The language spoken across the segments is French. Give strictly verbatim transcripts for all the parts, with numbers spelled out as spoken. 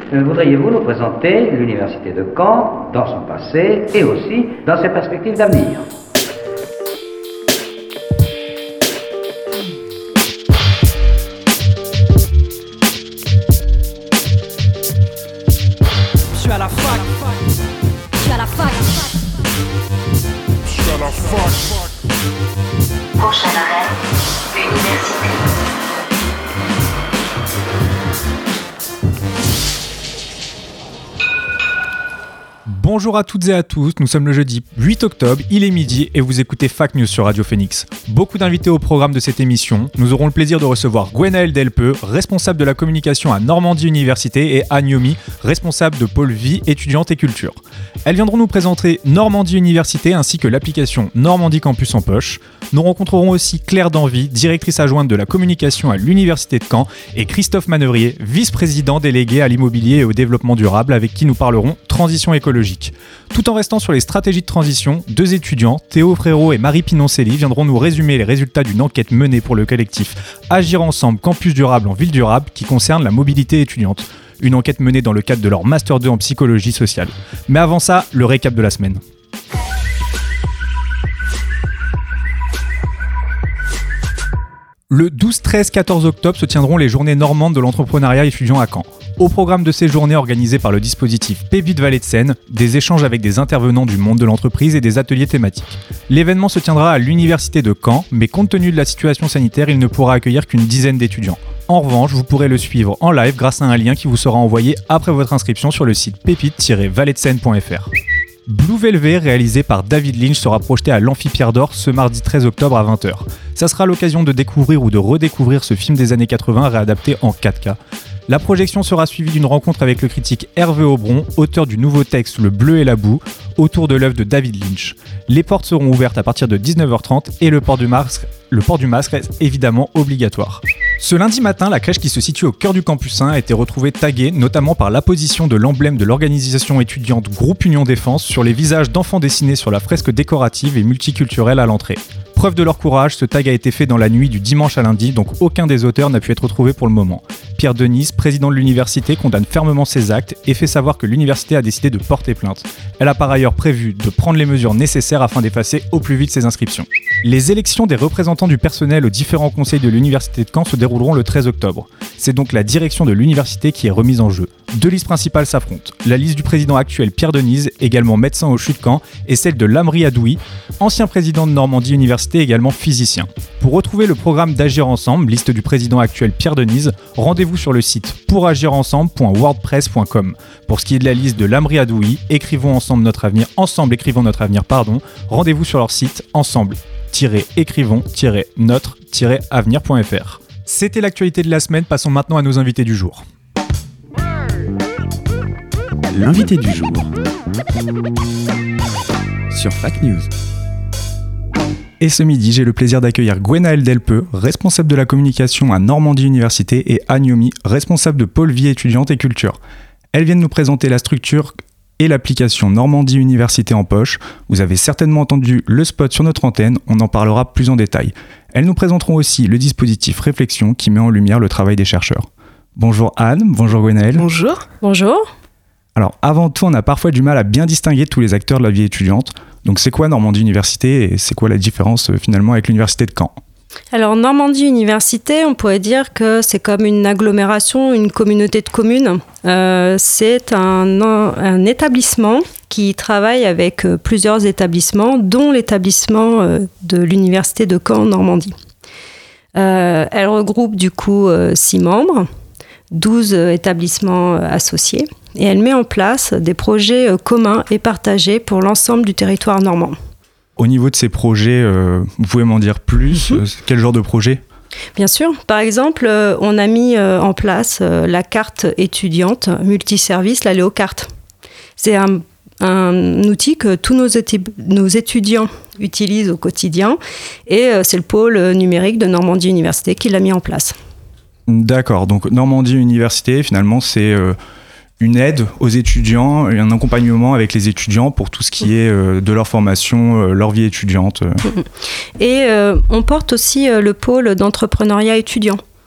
voudriez-vous nous présenter l'université de Caen dans son passé et aussi dans ses perspectives d'avenir ? Je suis à la fac. Je suis à la fac. Je suis à la fac. Prochain arrêt, université. Bonjour à toutes et à tous, nous sommes le jeudi huit octobre, il est midi et vous écoutez Fac News sur Radio Phoenix. Beaucoup d'invités au programme de cette émission. Nous aurons le plaisir de recevoir Gwenaëlle Delpeux, responsable de la communication à Normandie Université, et Anne Yomi, responsable de pôle vie, étudiante et culture. Elles viendront nous présenter Normandie Université ainsi que l'application Normandie Campus en poche. Nous rencontrerons aussi Claire Danvy, directrice adjointe de la communication à l'Université de Caen, et Christophe Manœuvrier, vice-président délégué à l'immobilier et au développement durable, avec qui nous parlerons transition écologique. Tout en restant sur les stratégies de transition, deux étudiants, Théo Frérot et Marie Pinoncelli, viendront nous résumer les résultats d'une enquête menée pour le collectif Agir Ensemble Campus Durable en Ville Durable qui concerne la mobilité étudiante. Une enquête menée dans le cadre de leur Master deux en psychologie sociale. Mais avant ça, le récap de la semaine. Le douze, treize, quatorze octobre se tiendront les journées normandes de l'entrepreneuriat étudiant à Caen. Au programme de ces journées organisées par le dispositif Pépite Vallée de Seine, des échanges avec des intervenants du monde de l'entreprise et des ateliers thématiques. L'événement se tiendra à l'Université de Caen, mais compte tenu de la situation sanitaire, il ne pourra accueillir qu'une dizaine d'étudiants. En revanche, vous pourrez le suivre en live grâce à un lien qui vous sera envoyé après votre inscription sur le site pépite tiret vallée de seine point f r. Blue Velvet, réalisé par David Lynch, sera projeté à l'Amphi Pierre d'Or ce mardi treize octobre à vingt heures. Ça sera l'occasion de découvrir ou de redécouvrir ce film des années quatre-vingts réadapté en quatre K. La projection sera suivie d'une rencontre avec le critique Hervé Aubron, auteur du nouveau texte Le Bleu et la boue, autour de l'œuvre de David Lynch. Les portes seront ouvertes à partir de dix-neuf heures trente et le port du masque, le port du masque reste évidemment obligatoire. Ce lundi matin, la crèche qui se situe au cœur du campus un a été retrouvée taguée, notamment par l'apposition de l'emblème de l'organisation étudiante Groupe Union Défense sur les visages d'enfants dessinés sur la fresque décorative et multiculturelle à l'entrée. Preuve de leur courage, ce tag a été fait dans la nuit du dimanche à lundi, donc aucun des auteurs n'a pu être retrouvé pour le moment. Pierre Denise, président de l'université, condamne fermement ces actes et fait savoir que l'université a décidé de porter plainte. Elle a par ailleurs prévu de prendre les mesures nécessaires afin d'effacer au plus vite ces inscriptions. Les élections des représentants du personnel aux différents conseils de l'université de Caen se dérouleront le treize octobre. C'est donc la direction de l'université qui est remise en jeu. Deux listes principales s'affrontent. La liste du président actuel Pierre Denise, également médecin au C H U de Caen, et celle de Lamri Adoui, ancien président de Normandie Université, également physicien. Pour retrouver le programme d'Agir Ensemble, liste du président actuel Pierre Denise, rendez-vous sur le site pour agir ensemble point wordpress point com. Pour ce qui est de la liste de Lamri Adoui, écrivons ensemble notre avenir, ensemble écrivons notre avenir, pardon, rendez-vous sur leur site ensemble-écrivons-notre-avenir point f r. C'était l'actualité de la semaine, passons maintenant à nos invités du jour. L'invité du jour sur Fac News. Et ce midi, j'ai le plaisir d'accueillir Gwenaëlle Delpeux, responsable de la communication à Normandie Université, et Anne Yomi, responsable de pôle vie étudiante et culture. Elles viennent nous présenter la structure et l'application Normandie Université en poche. Vous avez certainement entendu le spot sur notre antenne, on en parlera plus en détail. Elles nous présenteront aussi le dispositif Réflexion qui met en lumière le travail des chercheurs. Bonjour Anne, bonjour Gwenaëlle. Bonjour. Bonjour. Alors avant tout, on a parfois du mal à bien distinguer tous les acteurs de la vie étudiante. Donc c'est quoi Normandie Université et c'est quoi la différence euh, finalement avec l'Université de Caen ? Alors Normandie Université, on pourrait dire que c'est comme une agglomération, une communauté de communes. Euh, c'est un, un établissement qui travaille avec euh, plusieurs établissements, dont l'établissement euh, de l'Université de Caen Normandie. Euh, elle regroupe du coup euh, six membres, douze euh, établissements euh, associés, et elle met en place des projets euh, communs et partagés pour l'ensemble du territoire normand. Au niveau de ces projets, euh, vous pouvez m'en dire plus ? Mm-hmm. Quel genre de projet ? Bien sûr. Par exemple, euh, on a mis euh, en place euh, la carte étudiante multiservice, la Léocarte. C'est un, un outil que tous nos, éti- nos étudiants utilisent au quotidien et euh, c'est le pôle numérique de Normandie Université qui l'a mis en place. D'accord. Donc Normandie Université, finalement, c'est... Euh une aide aux étudiants et un accompagnement avec les étudiants pour tout ce qui est euh, de leur formation, euh, leur vie étudiante. Et euh, on porte aussi euh, le pôle d'entrepreneuriat étudiant.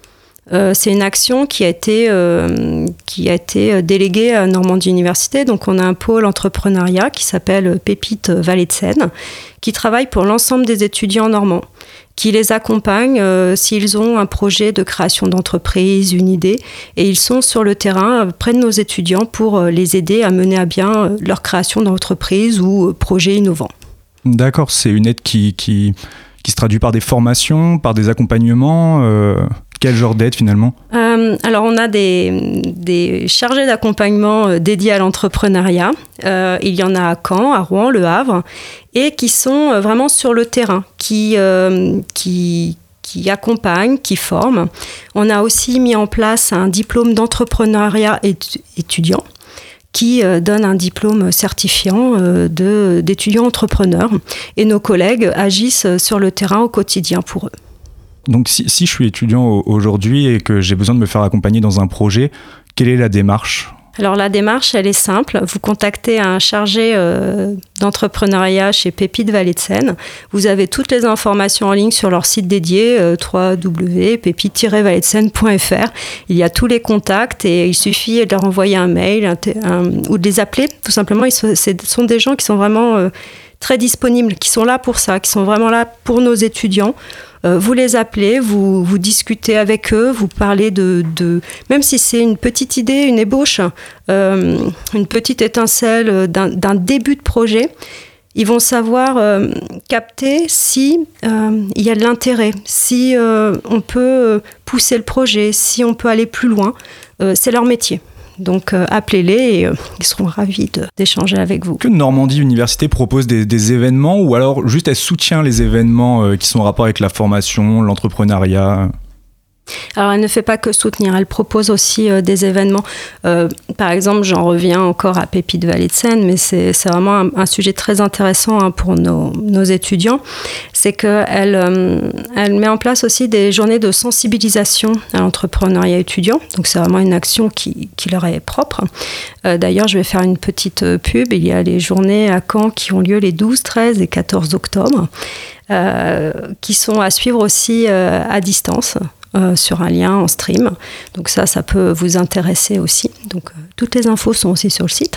Euh, c'est une action qui a été, euh, qui a été déléguée à Normandie Université. Donc, on a un pôle entrepreneuriat qui s'appelle Pépite Vallée de Seine, qui travaille pour l'ensemble des étudiants normands, qui les accompagne euh, s'ils ont un projet de création d'entreprise, une idée, et ils sont sur le terrain euh, près de nos étudiants pour euh, les aider à mener à bien euh, leur création d'entreprise ou euh, projet innovant. D'accord, c'est une aide qui, qui, qui se traduit par des formations, par des accompagnements euh... Quel genre d'aide finalement ? euh, Alors on a des, des chargés d'accompagnement euh, dédiés à l'entrepreneuriat. Euh, il y en a à Caen, à Rouen, Le Havre, et qui sont euh, vraiment sur le terrain, qui, euh, qui, qui accompagnent, qui forment. On a aussi mis en place un diplôme d'entrepreneuriat étu- étudiant qui euh, donne un diplôme certifiant euh, de, d'étudiants entrepreneurs. Et nos collègues agissent sur le terrain au quotidien pour eux. Donc si, si je suis étudiant aujourd'hui et que j'ai besoin de me faire accompagner dans un projet, quelle est la démarche ? Alors la démarche, elle est simple. Vous contactez un chargé euh, d'entrepreneuriat chez Pépite Vallée de Seine. Vous avez toutes les informations en ligne sur leur site dédié, euh, w w w point pépite tiret vallée de seine point f r. Il y a tous les contacts et il suffit de leur envoyer un mail un, un, ou de les appeler. Tout simplement, ils sont, ce sont des gens qui sont vraiment euh, très disponibles, qui sont là pour ça, qui sont vraiment là pour nos étudiants. Euh, vous les appelez, vous, vous discutez avec eux, vous parlez de, de... Même si c'est une petite idée, une ébauche, euh, une petite étincelle d'un, d'un début de projet, ils vont savoir euh, capter si euh, il y a de l'intérêt, si euh, on peut pousser le projet, si on peut aller plus loin. Euh, c'est leur métier. Donc euh, appelez-les et euh, ils seront ravis de, d'échanger avec vous. Que Normandie Université propose des, des événements ou alors juste elle soutient les événements euh, qui sont en rapport avec la formation, l'entrepreneuriat ? Alors, elle ne fait pas que soutenir, elle propose aussi euh, des événements. Euh, par exemple, j'en reviens encore à Pépite Vallée de Seine, mais c'est, c'est vraiment un, un sujet très intéressant hein, pour nos, nos étudiants. C'est qu'elle euh, elle met en place aussi des journées de sensibilisation à l'entrepreneuriat étudiant. Donc, c'est vraiment une action qui, qui leur est propre. Euh, d'ailleurs, je vais faire une petite pub. Il y a les journées à Caen qui ont lieu les douze, treize et quatorze octobre, euh, qui sont à suivre aussi euh, à distance. Euh, sur un lien en stream. Donc ça, ça peut vous intéresser aussi. Donc euh, toutes les infos sont aussi sur le site.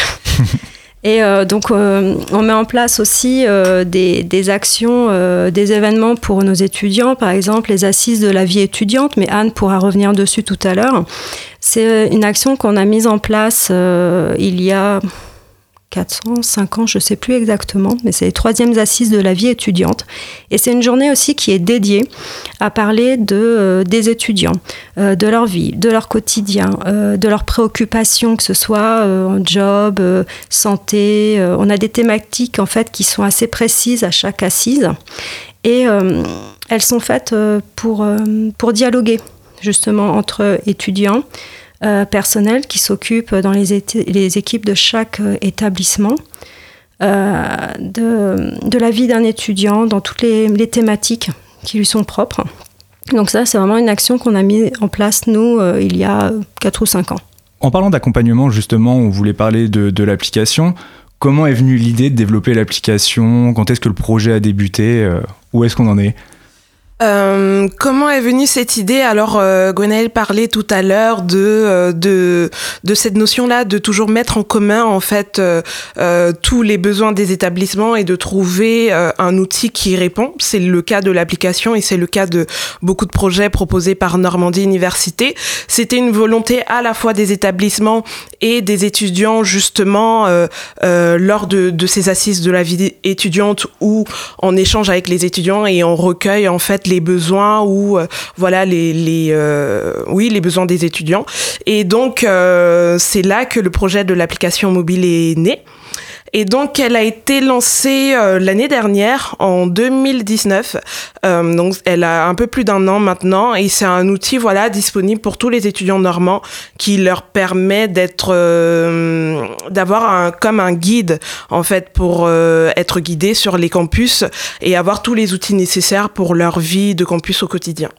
Et euh, donc euh, on met en place aussi euh, des, des actions, euh, des événements pour nos étudiants, par exemple les assises de la vie étudiante, mais Anne pourra revenir dessus tout à l'heure. C'est une action qu'on a mise en place euh, il y a quatre ans, cinq ans, je ne sais plus exactement, mais c'est les troisièmes assises de la vie étudiante. Et c'est une journée aussi qui est dédiée à parler de, euh, des étudiants, euh, de leur vie, de leur quotidien, euh, de leurs préoccupations, que ce soit euh, en job, euh, santé. Euh, on a des thématiques en fait qui sont assez précises à chaque assise. Et euh, elles sont faites euh, pour, euh, pour dialoguer justement entre étudiants, Euh, personnel qui s'occupe dans les, éti- les équipes de chaque euh, établissement euh, de, de la vie d'un étudiant dans toutes les, les thématiques qui lui sont propres. Donc ça, c'est vraiment une action qu'on a mise en place, nous, euh, il y a quatre ou cinq ans. En parlant d'accompagnement, justement, on voulait parler de, de l'application. Comment est venue l'idée de développer l'application ? Quand est-ce que le projet a débuté ? euh, Où est-ce qu'on en est ? Euh, comment est venue cette idée ? Alors, euh, Gwenaëlle parlait tout à l'heure de euh, de de cette notion-là de toujours mettre en commun en fait euh, euh, tous les besoins des établissements et de trouver euh, un outil qui répond. C'est le cas de l'application et c'est le cas de beaucoup de projets proposés par Normandie Université. C'était une volonté à la fois des établissements et des étudiants justement euh, euh, lors de de ces assises de la vie étudiante où on échange avec les étudiants et on recueille en fait les besoins ou euh, voilà les les euh, oui les besoins des étudiants et donc euh, c'est là que le projet de l'application mobile est né. Et donc, elle a été lancée euh, l'année dernière, en deux mille dix-neuf. Euh, donc, elle a un peu plus d'un an maintenant. Et c'est un outil, voilà, disponible pour tous les étudiants normands qui leur permet d'être, euh, d'avoir un, comme un guide, en fait, pour euh, être guidés sur les campus et avoir tous les outils nécessaires pour leur vie de campus au quotidien.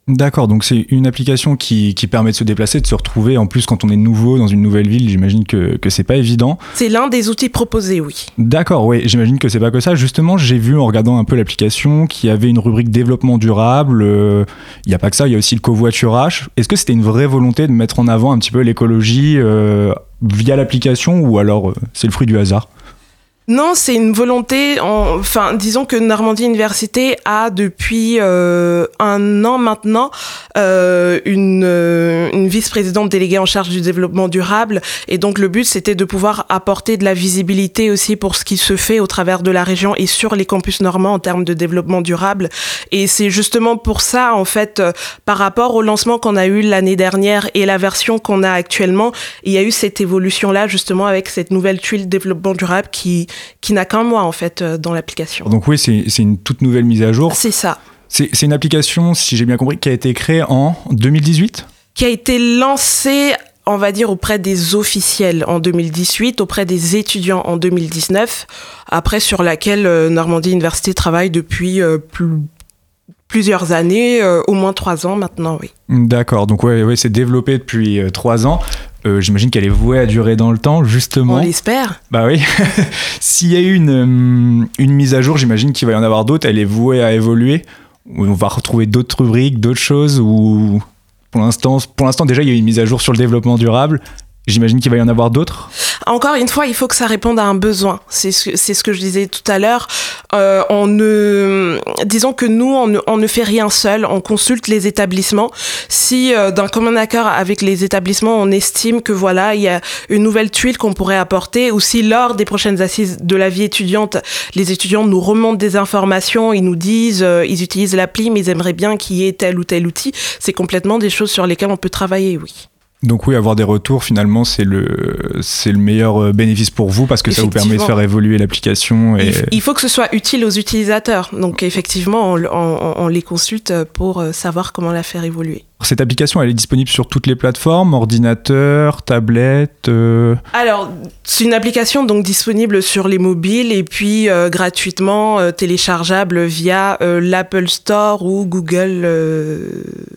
D'accord, donc c'est une application qui, qui permet de se déplacer, de se retrouver. En plus, quand on est nouveau dans une nouvelle ville, j'imagine que, que c'est pas évident. C'est l'un des outils proposés, oui. D'accord, oui, j'imagine que c'est pas que ça. Justement, j'ai vu en regardant un peu l'application qu'il y avait une rubrique développement durable. Il euh, n'y a pas que ça, il y a aussi le covoiturage. Est-ce que c'était une vraie volonté de mettre en avant un petit peu l'écologie euh, via l'application ou alors euh, c'est le fruit du hasard ? Non, c'est une volonté. En, enfin, disons que Normandie Université a depuis euh, un an maintenant euh, une, euh, une vice-présidente déléguée en charge du développement durable. Et donc le but, c'était de pouvoir apporter de la visibilité aussi pour ce qui se fait au travers de la région et sur les campus normands en termes de développement durable. Et c'est justement pour ça, en fait, euh, par rapport au lancement qu'on a eu l'année dernière et la version qu'on a actuellement, il y a eu cette évolution-là justement avec cette nouvelle tuile développement durable qui qui n'a qu'un mois en fait dans l'application. Donc oui, c'est, c'est une toute nouvelle mise à jour. C'est ça. C'est, c'est une application, si j'ai bien compris, qui a été créée en deux mille dix-huit ? Qui a été lancée, on va dire, auprès des officiels en deux mille dix-huit, auprès des étudiants en deux mille dix-neuf, après sur laquelle euh, Normandie Université travaille depuis euh, plus... plusieurs années, euh, au moins trois ans maintenant, oui. D'accord, donc ouais, ouais c'est développé depuis euh, trois ans. Euh, j'imagine qu'elle est vouée à durer dans le temps, justement. On l'espère. Bah oui. S'il y a eu une, une mise à jour, j'imagine qu'il va y en avoir d'autres. Elle est vouée à évoluer. On va retrouver d'autres rubriques, d'autres choses. Ou pour l'instant, pour l'instant, déjà, il y a eu une mise à jour sur le développement durable. J'imagine qu'il va y en avoir d'autres. Encore une fois, il faut que ça réponde à un besoin. C'est ce, c'est ce que je disais tout à l'heure. Euh, on ne, disons que nous, on ne, on ne fait rien seul. On consulte les établissements. Si euh, d'un commun accord avec les établissements, on estime que voilà, il y a une nouvelle tuile qu'on pourrait apporter, ou si lors des prochaines assises de la vie étudiante, les étudiants nous remontent des informations, ils nous disent, euh, ils utilisent l'appli, mais ils aimeraient bien qu'il y ait tel ou tel outil. C'est complètement des choses sur lesquelles on peut travailler, oui. Donc oui, avoir des retours, finalement, c'est le, c'est le meilleur bénéfice pour vous parce que ça vous permet de faire évoluer l'application. Et... Il faut que ce soit utile aux utilisateurs. Donc effectivement, on, on, on les consulte pour savoir comment la faire évoluer. Cette application, elle est disponible sur toutes les plateformes, ordinateur, tablette euh... Alors, c'est une application donc disponible sur les mobiles et puis euh, gratuitement euh, téléchargeable via euh, l'Apple Store ou Google... Euh...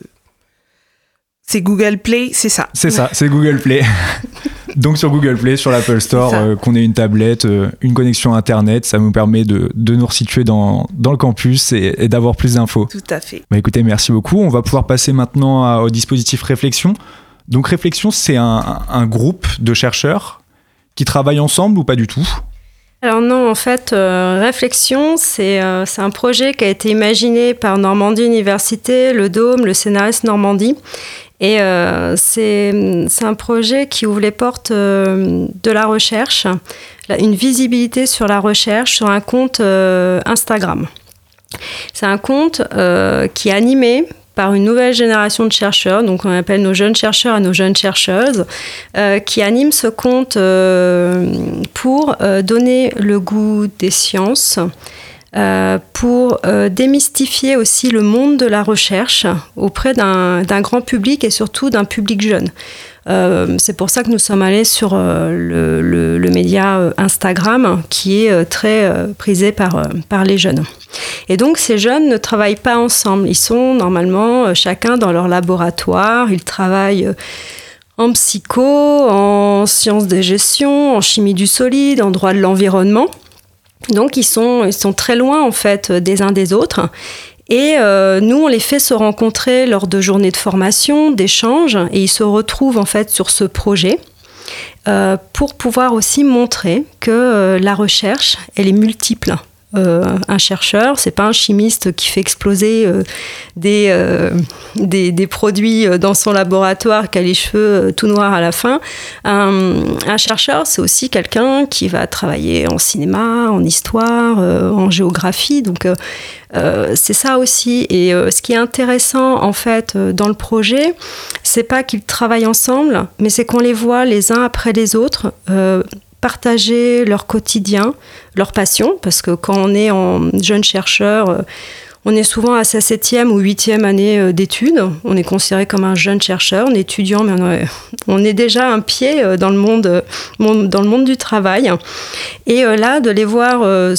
C'est Google Play, c'est ça. C'est ça, c'est Google Play. Donc sur Google Play, sur l'Apple Store, euh, qu'on ait une tablette, euh, une connexion Internet, ça nous permet de, de nous resituer dans, dans le campus et, et d'avoir plus d'infos. Tout à fait. Bah, écoutez, merci beaucoup. On va pouvoir passer maintenant à, au dispositif Réflexion. Donc Réflexion, c'est un, un groupe de chercheurs qui travaillent ensemble ou pas du tout ? Alors non, en fait, euh, Réflexion, c'est, euh, c'est un projet qui a été imaginé par Normandie Université, le Dôme, le C N R S Normandie. Et euh, c'est, c'est un projet qui ouvre les portes euh, de la recherche, une visibilité sur la recherche sur un compte euh, Instagram. C'est un compte euh, qui est animé par une nouvelle génération de chercheurs, donc on appelle nos jeunes chercheurs et nos jeunes chercheuses, euh, qui animent ce compte euh, pour euh, donner le goût des sciences, euh, pour euh, démystifier aussi le monde de la recherche auprès d'un, d'un grand public et surtout d'un public jeune. Euh, c'est pour ça que nous sommes allés sur euh, le, le, le média Instagram, qui est euh, très euh, prisé par, euh, par les jeunes. Et donc, ces jeunes ne travaillent pas ensemble. Ils sont normalement euh, chacun dans leur laboratoire. Ils travaillent euh, en psycho, en sciences de gestion, en chimie du solide, en droit de l'environnement. Donc, ils sont, ils sont très loin, en fait, des uns des autres. Et euh, nous, on les fait se rencontrer lors de journées de formation, d'échanges, et ils se retrouvent en fait sur ce projet euh, pour pouvoir aussi montrer que euh, la recherche, elle est multiple. Euh, un chercheur, c'est pas un chimiste qui fait exploser euh, des, euh, des, des produits dans son laboratoire, qui a les cheveux euh, tout noirs à la fin. Un, un chercheur, c'est aussi quelqu'un qui va travailler en cinéma, en histoire, euh, en géographie. Donc, euh, euh, c'est ça aussi. Et euh, ce qui est intéressant, en fait, euh, dans le projet, c'est pas qu'ils travaillent ensemble, mais c'est qu'on les voit les uns après les autres euh, partager leur quotidien, leur passion, parce que quand on est en jeune chercheur, On est souvent à sa septième ou huitième année euh, d'études. On est considéré comme un jeune chercheur, on est étudiant, mais on, est, on est déjà un pied euh, dans le monde, euh, monde, dans le monde du travail. Et euh, là, de les voir euh,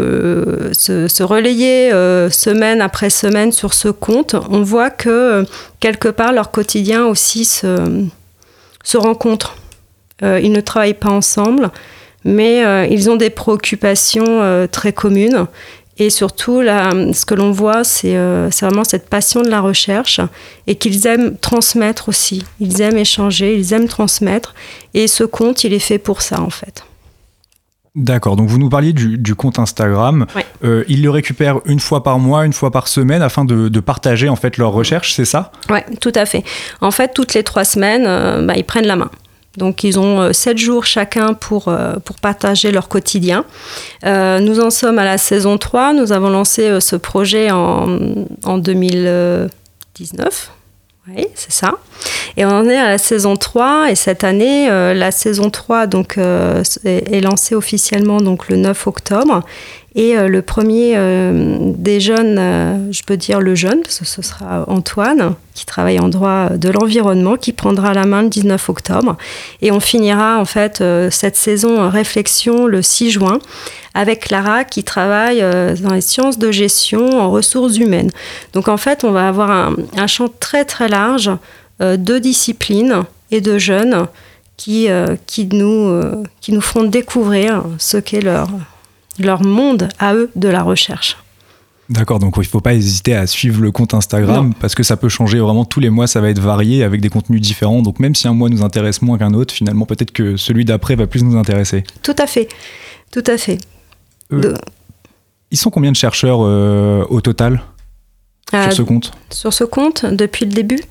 se, se, se relayer euh, semaine après semaine sur ce compte, on voit que euh, quelque part leur quotidien aussi se, se rencontre. Euh, ils ne travaillent pas ensemble, mais euh, ils ont des préoccupations euh, très communes. Et surtout, là, ce que l'on voit, c'est, euh, c'est vraiment cette passion de la recherche et qu'ils aiment transmettre aussi. Ils aiment échanger, ils aiment transmettre. Et ce compte, il est fait pour ça, en fait. D'accord, donc vous nous parliez du, du compte Instagram. Ouais. Euh, ils le récupèrent une fois par mois, une fois par semaine, afin de, de partager en fait leurs recherches, c'est ça ? Oui, tout à fait. En fait, toutes les trois semaines, euh, bah, ils prennent la main. Donc, ils ont euh, sept jours chacun pour, euh, pour partager leur quotidien. Euh, nous en sommes à la saison trois. Nous avons lancé euh, ce projet en, en deux mille dix-neuf. Oui, c'est ça. Et on en est à la saison trois. Et cette année, euh, la saison trois donc, euh, est, est lancée officiellement donc, le neuf octobre. Et euh, le premier euh, des jeunes, euh, je peux dire le jeune, parce que ce sera Antoine, qui travaille en droit de l'environnement, qui prendra la main le dix-neuf octobre. Et on finira en fait euh, cette saison euh, réflexion le six juin avec Clara qui travaille euh, dans les sciences de gestion en ressources humaines. Donc en fait, on va avoir un, un champ très très large euh, de disciplines et de jeunes qui, euh, qui, nous, euh, qui nous feront découvrir ce qu'est leur... leur monde à eux de la recherche. D'accord, donc il ne faut pas hésiter à suivre le compte Instagram non. parce que ça peut changer vraiment tous les mois, ça va être varié avec des contenus différents. Donc même si un mois nous intéresse moins qu'un autre, finalement peut-être que celui d'après va plus nous intéresser. Tout à fait, tout à fait. Euh, de... Ils sont combien de chercheurs euh, au total euh, sur ce compte ? Sur ce compte, depuis le début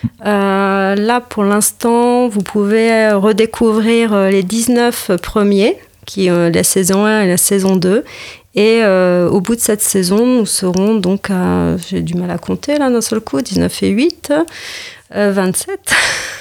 euh, là pour l'instant, vous pouvez redécouvrir les dix-neuf premiers, qui est la saison un et la saison deux. Et euh, au bout de cette saison, nous serons donc à, j'ai du mal à compter là d'un seul coup, dix-neuf et huit, euh, vingt-sept.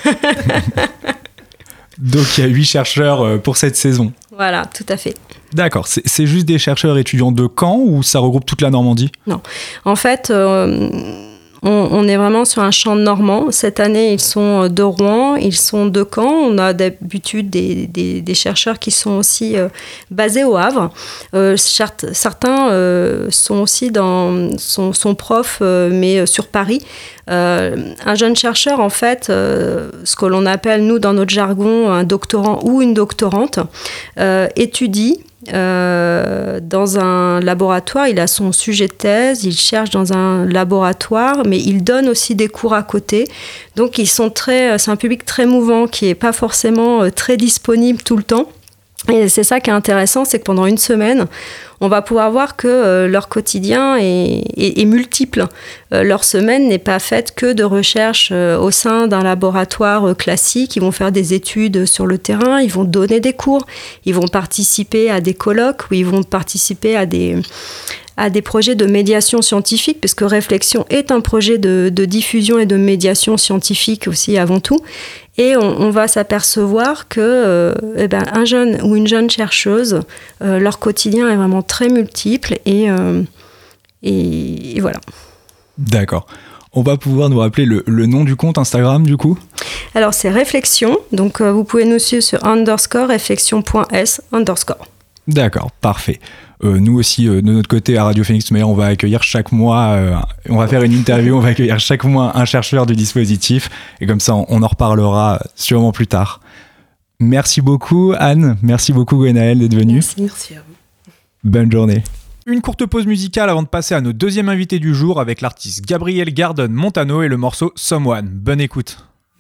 Donc il y a huit chercheurs pour cette saison. Voilà, tout à fait. D'accord, c'est, c'est juste des chercheurs étudiants de Caen ou ça regroupe toute la Normandie ? Non, en fait... Euh, On, on est vraiment sur un champ normand. Cette année, ils sont de Rouen, ils sont de Caen. On a d'habitude des, des, des chercheurs qui sont aussi euh, basés au Havre. Euh, certains euh, sont aussi dans, sont, sont profs, euh, mais sur Paris. Euh, un jeune chercheur, en fait, euh, ce que l'on appelle, nous, dans notre jargon, un doctorant ou une doctorante, euh, étudie Euh, dans un laboratoire. Il a son sujet de thèse, il cherche dans un laboratoire, mais il donne aussi des cours à côté. Donc ils sont très, c'est un public très mouvant qui n'est pas forcément très disponible tout le temps. Et c'est ça qui est intéressant, c'est que pendant une semaine, on va pouvoir voir que euh, leur quotidien est, est, est multiple. Euh, leur semaine n'est pas faite que de recherche euh, au sein d'un laboratoire euh, classique. Ils vont faire des études sur le terrain, ils vont donner des cours, ils vont participer à des colloques ou ils vont participer à des, à des projets de médiation scientifique, puisque Réflexion est un projet de, de diffusion et de médiation scientifique aussi avant tout. Et on, on va s'apercevoir que euh, eh ben, un jeune ou une jeune chercheuse, euh, leur quotidien est vraiment très multiple et, euh, et, et voilà. D'accord. On va pouvoir nous rappeler le, le nom du compte Instagram du coup ? Alors c'est Réflexion, donc euh, vous pouvez nous suivre sur underscore réflexion.s underscore. D'accord, parfait. Euh, nous aussi, euh, de notre côté, à Radio Phoenix Meyer, on va accueillir chaque mois, euh, on va faire une interview, on va accueillir chaque mois un chercheur du dispositif, et comme ça, on, on en reparlera sûrement plus tard. Merci beaucoup, Anne. Merci beaucoup, Gwenaëlle, d'être venue. Merci. Merci à vous. Bonne journée. Une courte pause musicale avant de passer à nos deuxième invités du jour avec l'artiste Gabriel Garden Montano et le morceau Someone. Bonne écoute.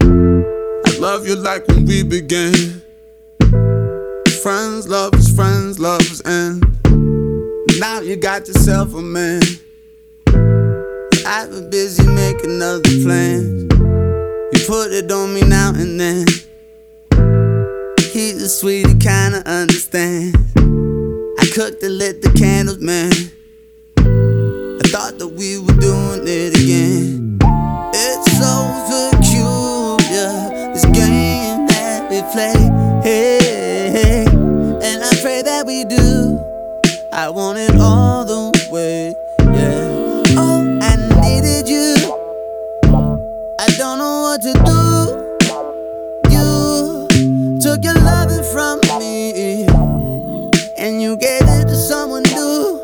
I love you like when we began. Friends, lovers, friends, lovers, and now you got yourself a man. I've been busy making other plans. You put it on me now and then. He's a sweetie, kinda understand. I cooked and lit the candles, man. I thought that we were doing it again. It's so peculiar, this game that we play. Hey, hey. And I pray that we do. I want it all the way, yeah. Oh, took your loving from me, and you gave it to someone new.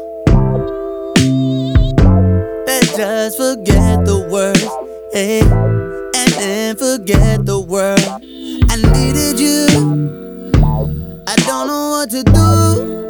Let's just forget the words, hey, and then forget the world. I needed you, I don't know what to do.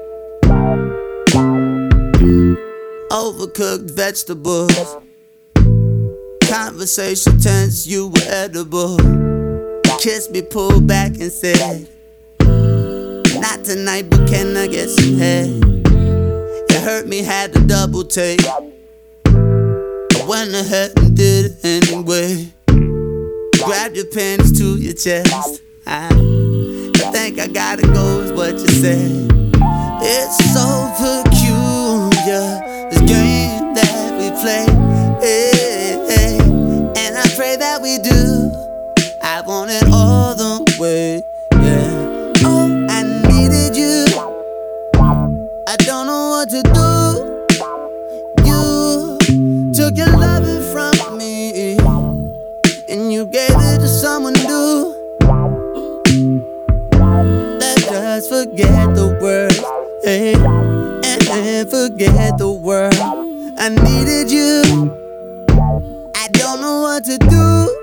Overcooked vegetables, conversation tense, you were edible. Kissed me, pulled back and said, not tonight, but can I get some head? It hurt me, had to double take. I went ahead and did it anyway. Grabbed your panties to your chest. I, I think I gotta go is what you said. It's so peculiar, this game that we play, hey, hey. And I pray that we do. I want it all the way, yeah. Oh, I needed you, I don't know what to do. You took your loving from me, and you gave it to someone new. Let's just forget the words, hey, and then forget the world. I needed you, I don't know what to do.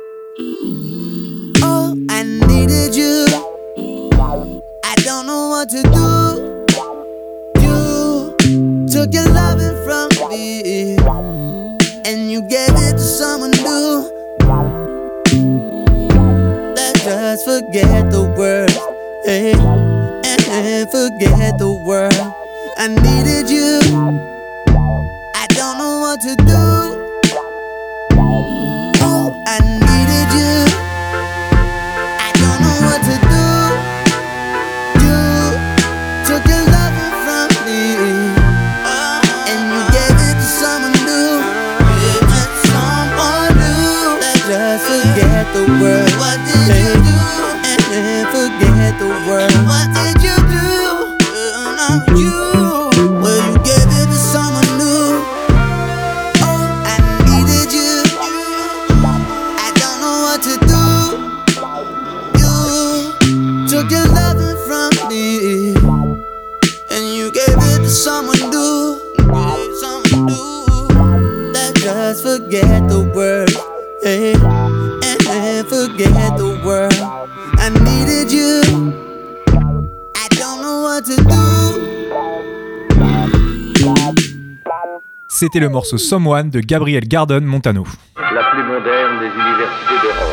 Oh, I needed you, I don't know what to do. You took your loving from me, and you gave it to someone new. Let's just forget the words, hey, and then forget the world. I needed you, I don't know what to do. Oh, I needed you, I don't know what to do. You took your loving from me, and you gave it to someone new. Gave it to someone new. Let's just forget the world. What did you do? And then forget the world. What did you do? Uh, you, well, you gave it to someone new. Oh, I needed you, I don't know what to do. You took your loving from me, and you gave it to someone new. Gave someone new. Let's just forget the words, hey, and then forget the world. I needed you, I don't know what to do. C'était le morceau Someone de Gabriel Gardon Montano. La plus moderne des universités d'Europe.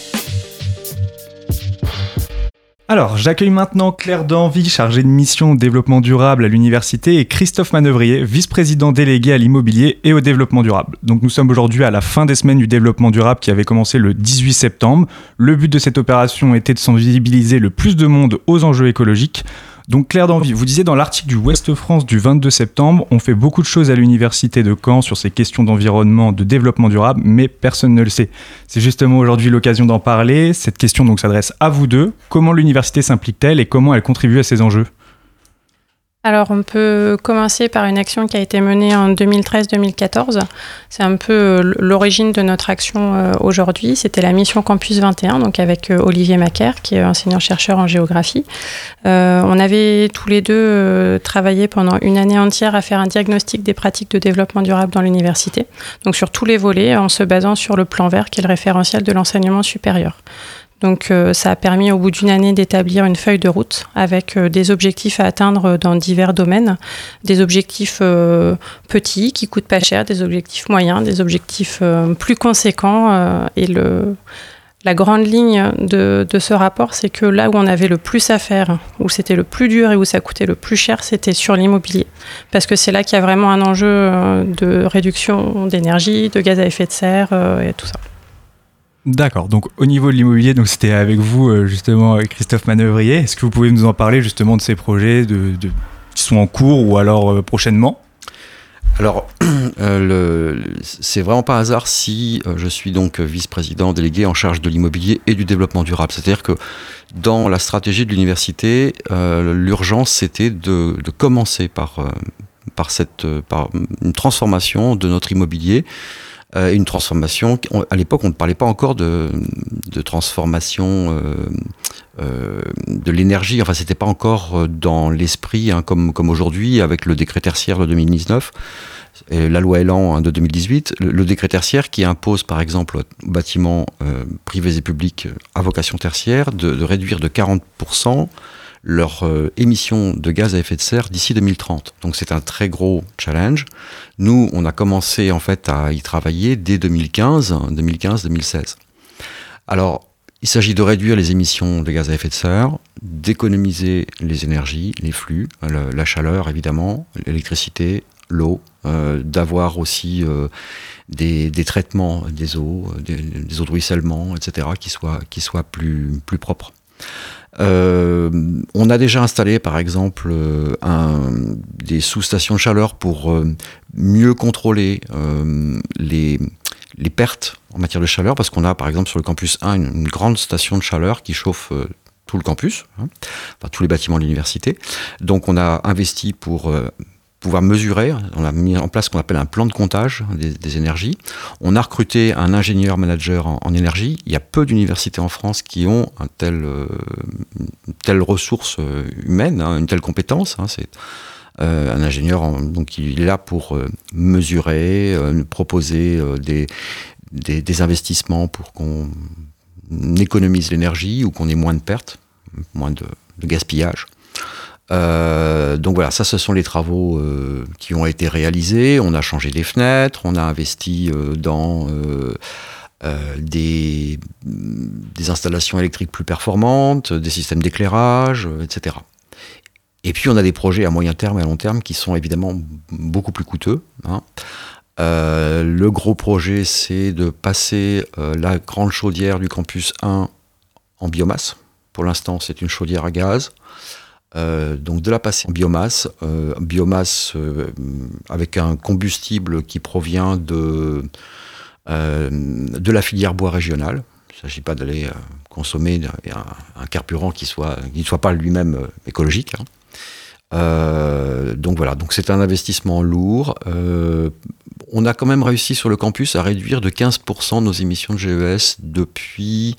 Alors, j'accueille maintenant Claire Danvy, chargée de mission développement durable à l'université, et Christophe Manœuvrier, vice-président délégué à l'immobilier et au développement durable. Donc nous sommes aujourd'hui à la fin des semaines du développement durable qui avait commencé le dix-huit septembre. Le but de cette opération était de sensibiliser le plus de monde aux enjeux écologiques. Donc Claire Danvy, vous disiez dans l'article du Ouest France du vingt-deux septembre, on fait beaucoup de choses à l'université de Caen sur ces questions d'environnement, de développement durable, mais personne ne le sait. C'est justement aujourd'hui l'occasion d'en parler. Cette question donc s'adresse à vous deux. Comment l'université s'implique-t-elle et comment elle contribue à ces enjeux ? Alors, on peut commencer par une action qui a été menée en deux mille treize deux mille quatorze. C'est un peu l'origine de notre action aujourd'hui. C'était la mission Campus vingt et un, donc avec Olivier Macaire, qui est enseignant-chercheur en géographie. Euh, on avait tous les deux euh, travaillé pendant une année entière à faire un diagnostic des pratiques de développement durable dans l'université, donc sur tous les volets, en se basant sur le plan vert, qui est le référentiel de l'enseignement supérieur. Donc euh, ça a permis au bout d'une année d'établir une feuille de route avec euh, des objectifs à atteindre dans divers domaines, des objectifs euh, petits qui coûtent pas cher, des objectifs moyens, des objectifs euh, plus conséquents. Euh, et le, la grande ligne de, de ce rapport, c'est que là où on avait le plus à faire, où c'était le plus dur et où ça coûtait le plus cher, c'était sur l'immobilier. Parce que c'est là qu'il y a vraiment un enjeu euh, de réduction d'énergie, de gaz à effet de serre euh, et tout ça. D'accord, donc au niveau de l'immobilier, donc c'était avec vous justement Christophe Manœuvrier. Est-ce que vous pouvez nous en parler justement de ces projets de, de, qui sont en cours ou alors euh, prochainement ? Alors, euh, le, c'est vraiment pas hasard si euh, je suis donc vice-président délégué en charge de l'immobilier et du développement durable. C'est-à-dire que dans la stratégie de l'université, euh, l'urgence c'était de, de commencer par, euh, par, cette, par une transformation de notre immobilier. Euh, une transformation, on, à l'époque on ne parlait pas encore de, de transformation euh, de l'énergie. Enfin, c'était pas encore dans l'esprit hein, comme, comme aujourd'hui avec le décret tertiaire de deux mille dix-neuf. Et la loi Elan hein, de deux mille dix-huit, le, le décret tertiaire qui impose par exemple aux bâtiments euh, privés et publics à vocation tertiaire de, de réduire de quarante pour cent leurs euh, émissions de gaz à effet de serre d'ici deux mille trente. Donc c'est un très gros challenge. Nous, on a commencé en fait à y travailler dès deux mille quinze, deux mille quinze, deux mille seize. Alors, il s'agit de réduire les émissions de gaz à effet de serre, d'économiser les énergies, les flux, le, la chaleur évidemment, l'électricité, l'eau, euh, d'avoir aussi euh, des, des traitements des eaux, des, des eaux de ruissellement, et cetera, qui soient, qui soient plus, plus propres. Euh, on a déjà installé par exemple euh, un, des sous-stations de chaleur pour euh, mieux contrôler euh, les, les pertes en matière de chaleur, parce qu'on a par exemple sur le campus un une, une grande station de chaleur qui chauffe euh, tout le campus, hein, enfin, tous les bâtiments de l'université. Donc on a investi pour euh, pouvoir mesurer, on a mis en place ce qu'on appelle un plan de comptage des, des énergies. On a recruté un ingénieur manager en, en énergie. Il y a peu d'universités en France qui ont un tel, euh, une telle ressource humaine, hein, une telle compétence. Hein, c'est euh, un ingénieur, en, donc il est là pour euh, mesurer, euh, proposer euh, des, des, des investissements pour qu'on économise l'énergie ou qu'on ait moins de pertes, moins de, de gaspillage. Euh, donc voilà, ça ce sont les travaux euh, qui ont été réalisés. On a changé des fenêtres, on a investi euh, dans euh, euh, des, des installations électriques plus performantes, des systèmes d'éclairage, euh, et cetera. Et puis on a des projets à moyen terme et à long terme qui sont évidemment beaucoup plus coûteux, hein. Euh, le gros projet, c'est de passer euh, la grande chaudière du campus un en biomasse. Pour l'instant, c'est une chaudière à gaz. Euh, donc de la passer en biomasse, euh, biomasse euh, avec un combustible qui provient de, euh, de la filière bois régionale. Il ne s'agit pas d'aller euh, consommer un, un carburant qui soit, qui ne soit pas lui-même euh, écologique. Hein. Euh, donc voilà, donc c'est un investissement lourd. Euh, on a quand même réussi sur le campus à réduire de quinze pour cent nos émissions de G E S depuis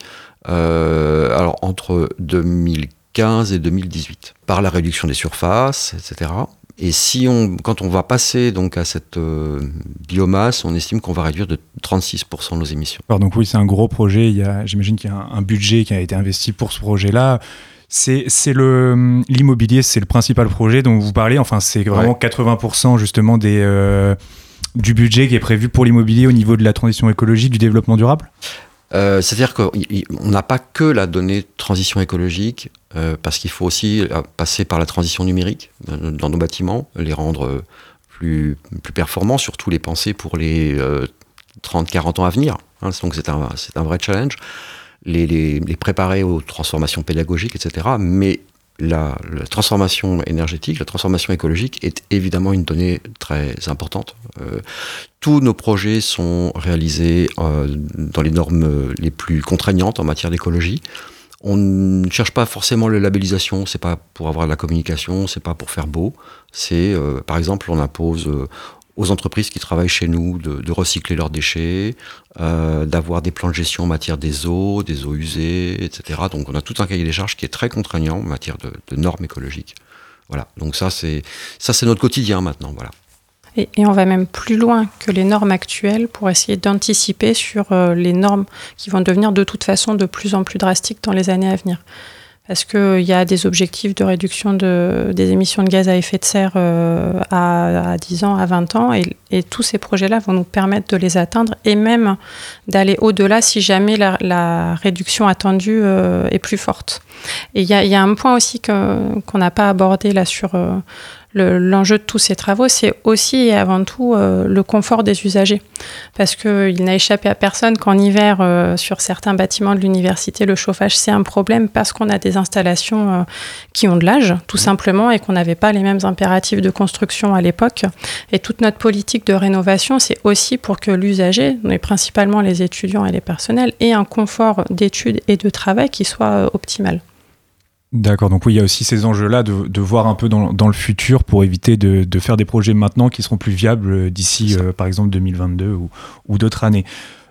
euh, alors entre deux mille quinze et deux mille dix-huit, par la réduction des surfaces, et cetera. Et si on, quand on va passer donc à cette euh, biomasse, on estime qu'on va réduire de trente-six pour cent nos émissions. Alors donc oui, c'est un gros projet. Il y a, j'imagine qu'il y a un, un budget qui a été investi pour ce projet-là. C'est, c'est le, l'immobilier, c'est le principal projet dont vous parlez. Enfin, c'est vraiment ouais. quatre-vingts pour cent justement des, euh, du budget qui est prévu pour l'immobilier au niveau de la transition écologique, du développement durable. Euh, c'est-à-dire qu'on n'a pas que la donnée transition écologique, euh, parce qu'il faut aussi passer par la transition numérique euh, dans nos bâtiments, les rendre plus, plus performants, surtout les penser pour les euh, trente à quarante ans à venir. Hein, donc c'est un, c'est un vrai challenge. Les, les, les préparer aux transformations pédagogiques, et cetera. Mais la, la transformation énergétique, la transformation écologique est évidemment une donnée très importante. Euh, tous nos projets sont réalisés euh, dans les normes les plus contraignantes en matière d'écologie. On ne cherche pas forcément la labellisation, c'est pas pour avoir de la communication, c'est pas pour faire beau. C'est, euh, par exemple, on impose euh, aux entreprises qui travaillent chez nous de, de recycler leurs déchets, euh, d'avoir des plans de gestion en matière des eaux, des eaux usées, et cetera. Donc on a tout un cahier des charges qui est très contraignant en matière de, de normes écologiques. Voilà. Donc ça c'est ça c'est notre quotidien maintenant. Voilà. Et, et on va même plus loin que les normes actuelles pour essayer d'anticiper sur euh, les normes qui vont devenir de toute façon de plus en plus drastiques dans les années à venir. Parce qu'il y a des objectifs de réduction de, des émissions de gaz à effet de serre euh, à, à dix ans, à vingt ans, et, et tous ces projets-là vont nous permettre de les atteindre et même d'aller au-delà si jamais la, la réduction attendue euh, est plus forte. Et il y a, y a un point aussi que, qu'on n'a pas abordé là sur euh, le, l'enjeu de tous ces travaux, c'est aussi et avant tout euh, le confort des usagers. Parce qu'il n'a échappé à personne qu'en hiver, euh, sur certains bâtiments de l'université, le chauffage, c'est un problème parce qu'on a des installations euh, qui ont de l'âge, tout simplement, et qu'on n'avait pas les mêmes impératifs de construction à l'époque. Et toute notre politique de rénovation, c'est aussi pour que l'usager, mais principalement les étudiants et les personnels, ait un confort d'études et de travail qui soit euh, optimal. D'accord, donc oui, il y a aussi ces enjeux-là de, de voir un peu dans, dans le futur pour éviter de, de faire des projets maintenant qui seront plus viables d'ici, euh, par exemple, deux mille vingt-deux ou, ou d'autres années.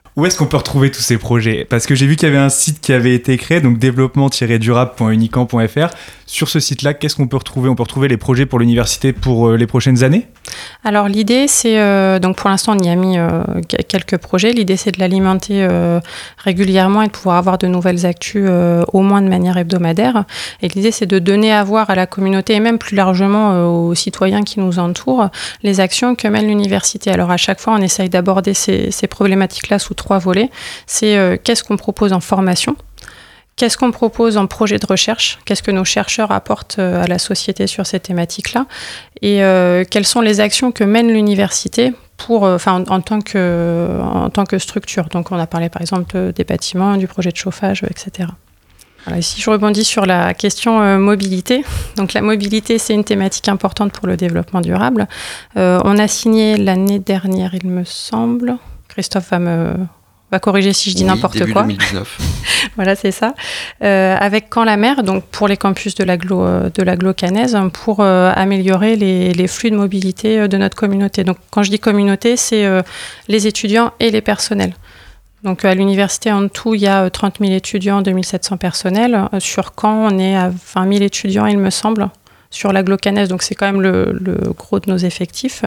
Où est-ce qu'on peut retrouver tous ces projets ? Parce que j'ai vu qu'il y avait un site qui avait été créé, donc développement tiret durable point unicamp point f r. Sur ce site-là, qu'est-ce qu'on peut retrouver ? On peut retrouver les projets pour l'université pour euh, les prochaines années ? Alors l'idée, c'est, euh, donc pour l'instant on y a mis euh, quelques projets, l'idée c'est de l'alimenter euh, régulièrement et de pouvoir avoir de nouvelles actus euh, au moins de manière hebdomadaire. Et l'idée c'est de donner à voir à la communauté et même plus largement euh, aux citoyens qui nous entourent les actions que mène l'université. Alors à chaque fois on essaye d'aborder ces, ces problématiques-là sous trois volets. C'est euh, qu'est-ce qu'on propose en formation ? Qu'est-ce qu'on propose en projet de recherche ? Qu'est-ce que nos chercheurs apportent à la société sur ces thématiques-là ? Et euh, quelles sont les actions que mène l'université pour, euh, enfin, en, en, tant que, en tant que structure ? Donc, on a parlé par exemple de, des bâtiments, du projet de chauffage, et cetera. Alors, ici, je rebondis sur la question euh, mobilité. Donc, la mobilité, c'est une thématique importante pour le développement durable. Euh, on a signé l'année dernière, il me semble. Christophe va me... va corriger si je dis oui, n'importe début quoi. deux mille dix-neuf. Voilà, c'est ça. Euh, avec Caen la Mer, donc pour les campus de l'agglo, de l'agglo caennaise, pour euh, améliorer les, les flux de mobilité de notre communauté. Donc, quand je dis communauté, c'est euh, les étudiants et les personnels. Donc, à l'université, en tout, il y a trente mille étudiants, deux mille sept cents personnels. Sur Caen, on est à vingt mille étudiants, il me semble, sur l'agglo caennaise. Donc, c'est quand même le, le gros de nos effectifs.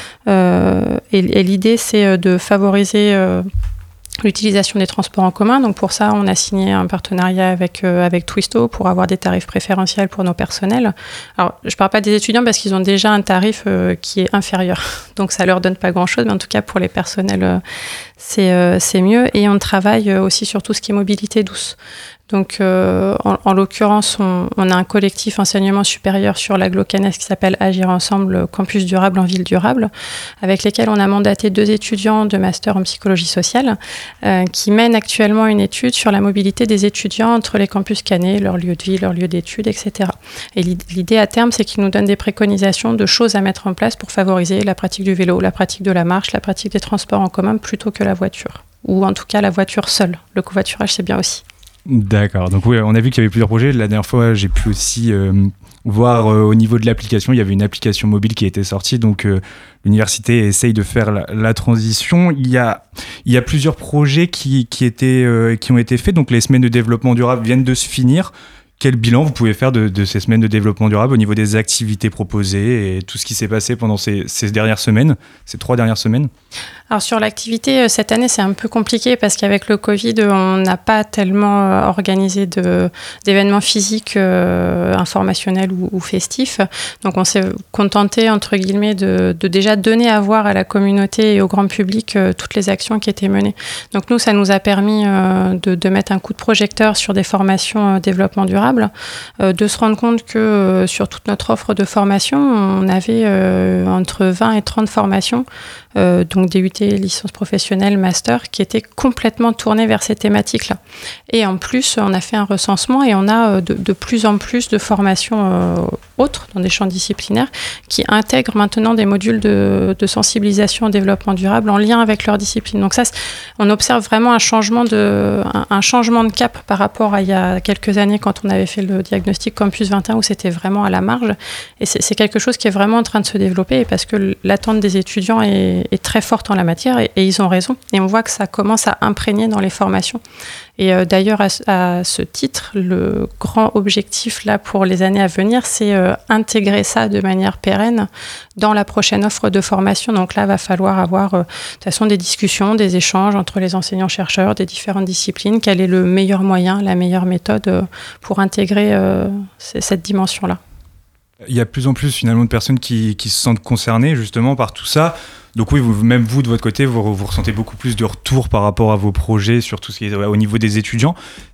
Euh, et, et l'idée, c'est de favoriser... Euh, l'utilisation des transports en commun. Donc pour ça, on a signé un partenariat avec, euh, avec Twisto pour avoir des tarifs préférentiels pour nos personnels. Alors, je ne parle pas des étudiants parce qu'ils ont déjà un tarif euh, qui est inférieur. Donc ça ne leur donne pas grand-chose, mais en tout cas pour les personnels, euh, c'est, euh, c'est mieux. Et on travaille aussi sur tout ce qui est mobilité douce. Donc, euh, en, en l'occurrence, on, on a un collectif enseignement supérieur sur l'agglo caennaise qui s'appelle Agir Ensemble, Campus Durable en Ville Durable, avec lesquels on a mandaté deux étudiants de master en psychologie sociale euh, qui mènent actuellement une étude sur la mobilité des étudiants entre les campus caennais, leur lieu de vie, leur lieu d'études, et cetera. Et l'idée à terme, c'est qu'ils nous donnent des préconisations de choses à mettre en place pour favoriser la pratique du vélo, la pratique de la marche, la pratique des transports en commun plutôt que la voiture. Ou en tout cas, la voiture seule. Le covoiturage, c'est bien aussi. D'accord, donc oui, on a vu qu'il y avait plusieurs projets. La dernière fois, j'ai pu aussi euh, voir euh, au niveau de l'application, il y avait une application mobile qui était sortie, donc euh, l'université essaye de faire la, la transition. Il y a, il y a plusieurs projets qui, qui, étaient, euh, qui ont été faits, donc les semaines de développement durable viennent de se finir. Quel bilan vous pouvez faire de, de ces semaines de développement durable au niveau des activités proposées et tout ce qui s'est passé pendant ces, ces dernières semaines, ces trois dernières semaines ? Alors sur l'activité, cette année, c'est un peu compliqué parce qu'avec le Covid, on n'a pas tellement organisé de, d'événements physiques, euh, informationnels ou, ou festifs. Donc on s'est contenté, entre guillemets, de, de déjà donner à voir à la communauté et au grand public euh, toutes les actions qui étaient menées. Donc nous, ça nous a permis euh, de, de mettre un coup de projecteur sur des formations euh, développement durable, euh, de se rendre compte que euh, sur toute notre offre de formation, on avait euh, entre vingt et trente formations, euh, donc des U T, licence professionnelle, master, qui étaient complètement tournées vers ces thématiques-là. Et en plus, on a fait un recensement et on a de, de plus en plus de formations euh, autres, dans des champs disciplinaires, qui intègrent maintenant des modules de, de sensibilisation au développement durable en lien avec leur discipline. Donc ça, on observe vraiment un changement de, un, un changement de cap par rapport à il y a quelques années quand on avait fait le diagnostic Campus vingt et un, où c'était vraiment à la marge. Et c'est, c'est quelque chose qui est vraiment en train de se développer parce que l'attente des étudiants est, est très forte en la matière et, et ils ont raison. Et on voit que ça commence à imprégner dans les formations. Et euh, d'ailleurs, à, à ce titre, le grand objectif là pour les années à venir, c'est euh, intégrer ça de manière pérenne dans la prochaine offre de formation. Donc là, il va falloir avoir euh, de toute façon des discussions, des échanges entre les enseignants-chercheurs des différentes disciplines. Quel est le meilleur moyen, la meilleure méthode euh, pour intégrer euh, c- cette dimension-là ? Il y a de plus en plus finalement de personnes qui, qui se sentent concernées justement par tout ça. Donc oui, vous, même vous de votre côté, vous, vous ressentez beaucoup plus de retours par rapport à vos projets sur tout ce qui est au niveau des étudiants.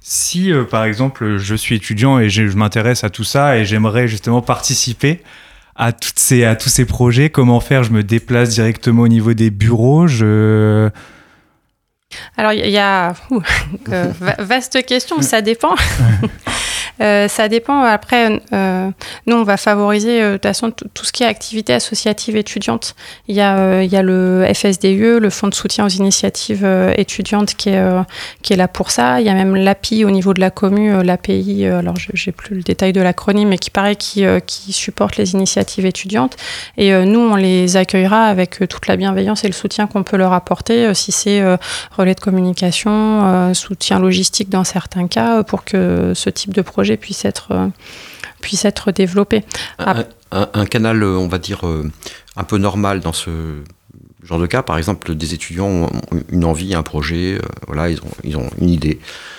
Si euh, par exemple je suis étudiant et je, je m'intéresse à tout ça et j'aimerais justement participer à, toutes ces, à tous ces projets, comment faire ? Je me déplace directement au niveau des bureaux, je... Alors, il y a... Ouh, vaste question, ça dépend. Euh, ça dépend. Après, euh, nous, on va favoriser euh, de toute façon tout, tout ce qui est activité associative étudiante. Il y a, euh, il y a le F S D U E, le Fonds de soutien aux initiatives euh, étudiantes, qui est, euh, qui est là pour ça. Il y a même l'A P I au niveau de la commu, euh, l'A P I, euh, alors je n'ai plus le détail de l'acronyme, mais qui paraît qui, euh, qui supporte les initiatives étudiantes. Et euh, nous, on les accueillera avec euh, toute la bienveillance et le soutien qu'on peut leur apporter, euh, si c'est euh, relais de communication, euh, soutien logistique dans certains cas, euh, pour que ce type de projet puisse être, euh, puisse être développé. Un, un, un canal, on va dire, euh, un peu normal dans ce genre de cas, par exemple, des étudiants ont une envie, un projet, euh, voilà, ils ont, ils ont une idée.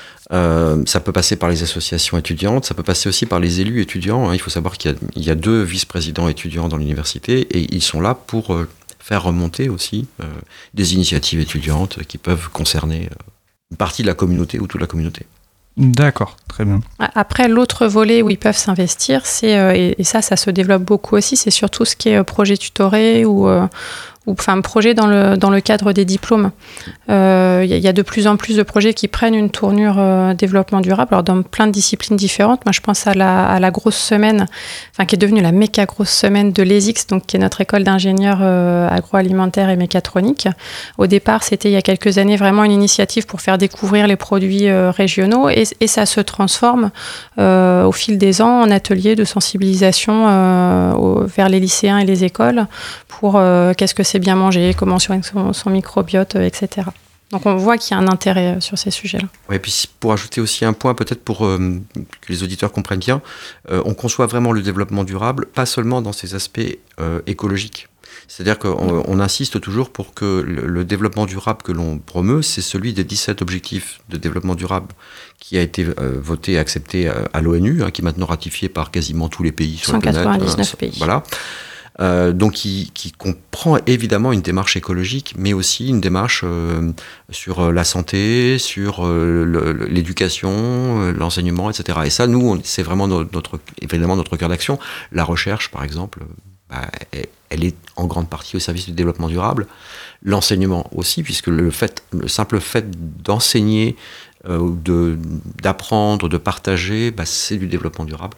Euh, ça peut passer par les associations étudiantes, ça peut passer aussi par les élus étudiants. Hein. Il faut savoir qu'il y a, il y a deux vice-présidents étudiants dans l'université et ils sont là pour euh, faire remonter aussi euh, des initiatives étudiantes qui peuvent concerner euh, une partie de la communauté ou toute la communauté. D'accord, très bien. Après, l'autre volet où ils peuvent s'investir, c'est, euh, et, et ça, ça se développe beaucoup aussi, c'est surtout ce qui est euh, projet tutoré ou... Euh, ou enfin projet dans le dans le cadre des diplômes. Il euh, y, y a de plus en plus de projets qui prennent une tournure euh, développement durable, alors dans plein de disciplines différentes. Moi, je pense à la à la grosse semaine, enfin qui est devenue la méca grosse semaine de l'E S I X, donc qui est notre école d'ingénieurs euh, agroalimentaire et mécatronique. Au départ, c'était il y a quelques années vraiment une initiative pour faire découvrir les produits euh, régionaux, et, et ça se transforme euh, au fil des ans en ateliers de sensibilisation euh, au, vers les lycéens et les écoles pour euh, qu'est-ce que c'est bien manger, comment soigner son, son microbiote, euh, et cetera. Donc on voit qu'il y a un intérêt euh, sur ces sujets-là. Ouais, et puis pour ajouter aussi un point, peut-être pour euh, que les auditeurs comprennent bien, euh, on conçoit vraiment le développement durable, pas seulement dans ses aspects euh, écologiques. C'est-à-dire qu'on on insiste toujours pour que le, le développement durable que l'on promeut, c'est celui des dix-sept objectifs de développement durable qui a été euh, voté et accepté à, à l'ONU, hein, qui est maintenant ratifié par quasiment tous les pays sur cent quatre-vingt-dix-neuf la planète. pays. Voilà. Euh, donc qui, qui comprend évidemment une démarche écologique, mais aussi une démarche euh, sur la santé, sur euh, le, l'éducation, euh, l'enseignement, et cetera. Et ça, nous, on, c'est vraiment notre, évidemment notre cœur d'action. La recherche, par exemple, bah, elle, elle est en grande partie au service du développement durable. L'enseignement aussi, puisque le, fait, le simple fait d'enseigner, euh, de, d'apprendre, de partager, bah, c'est du développement durable.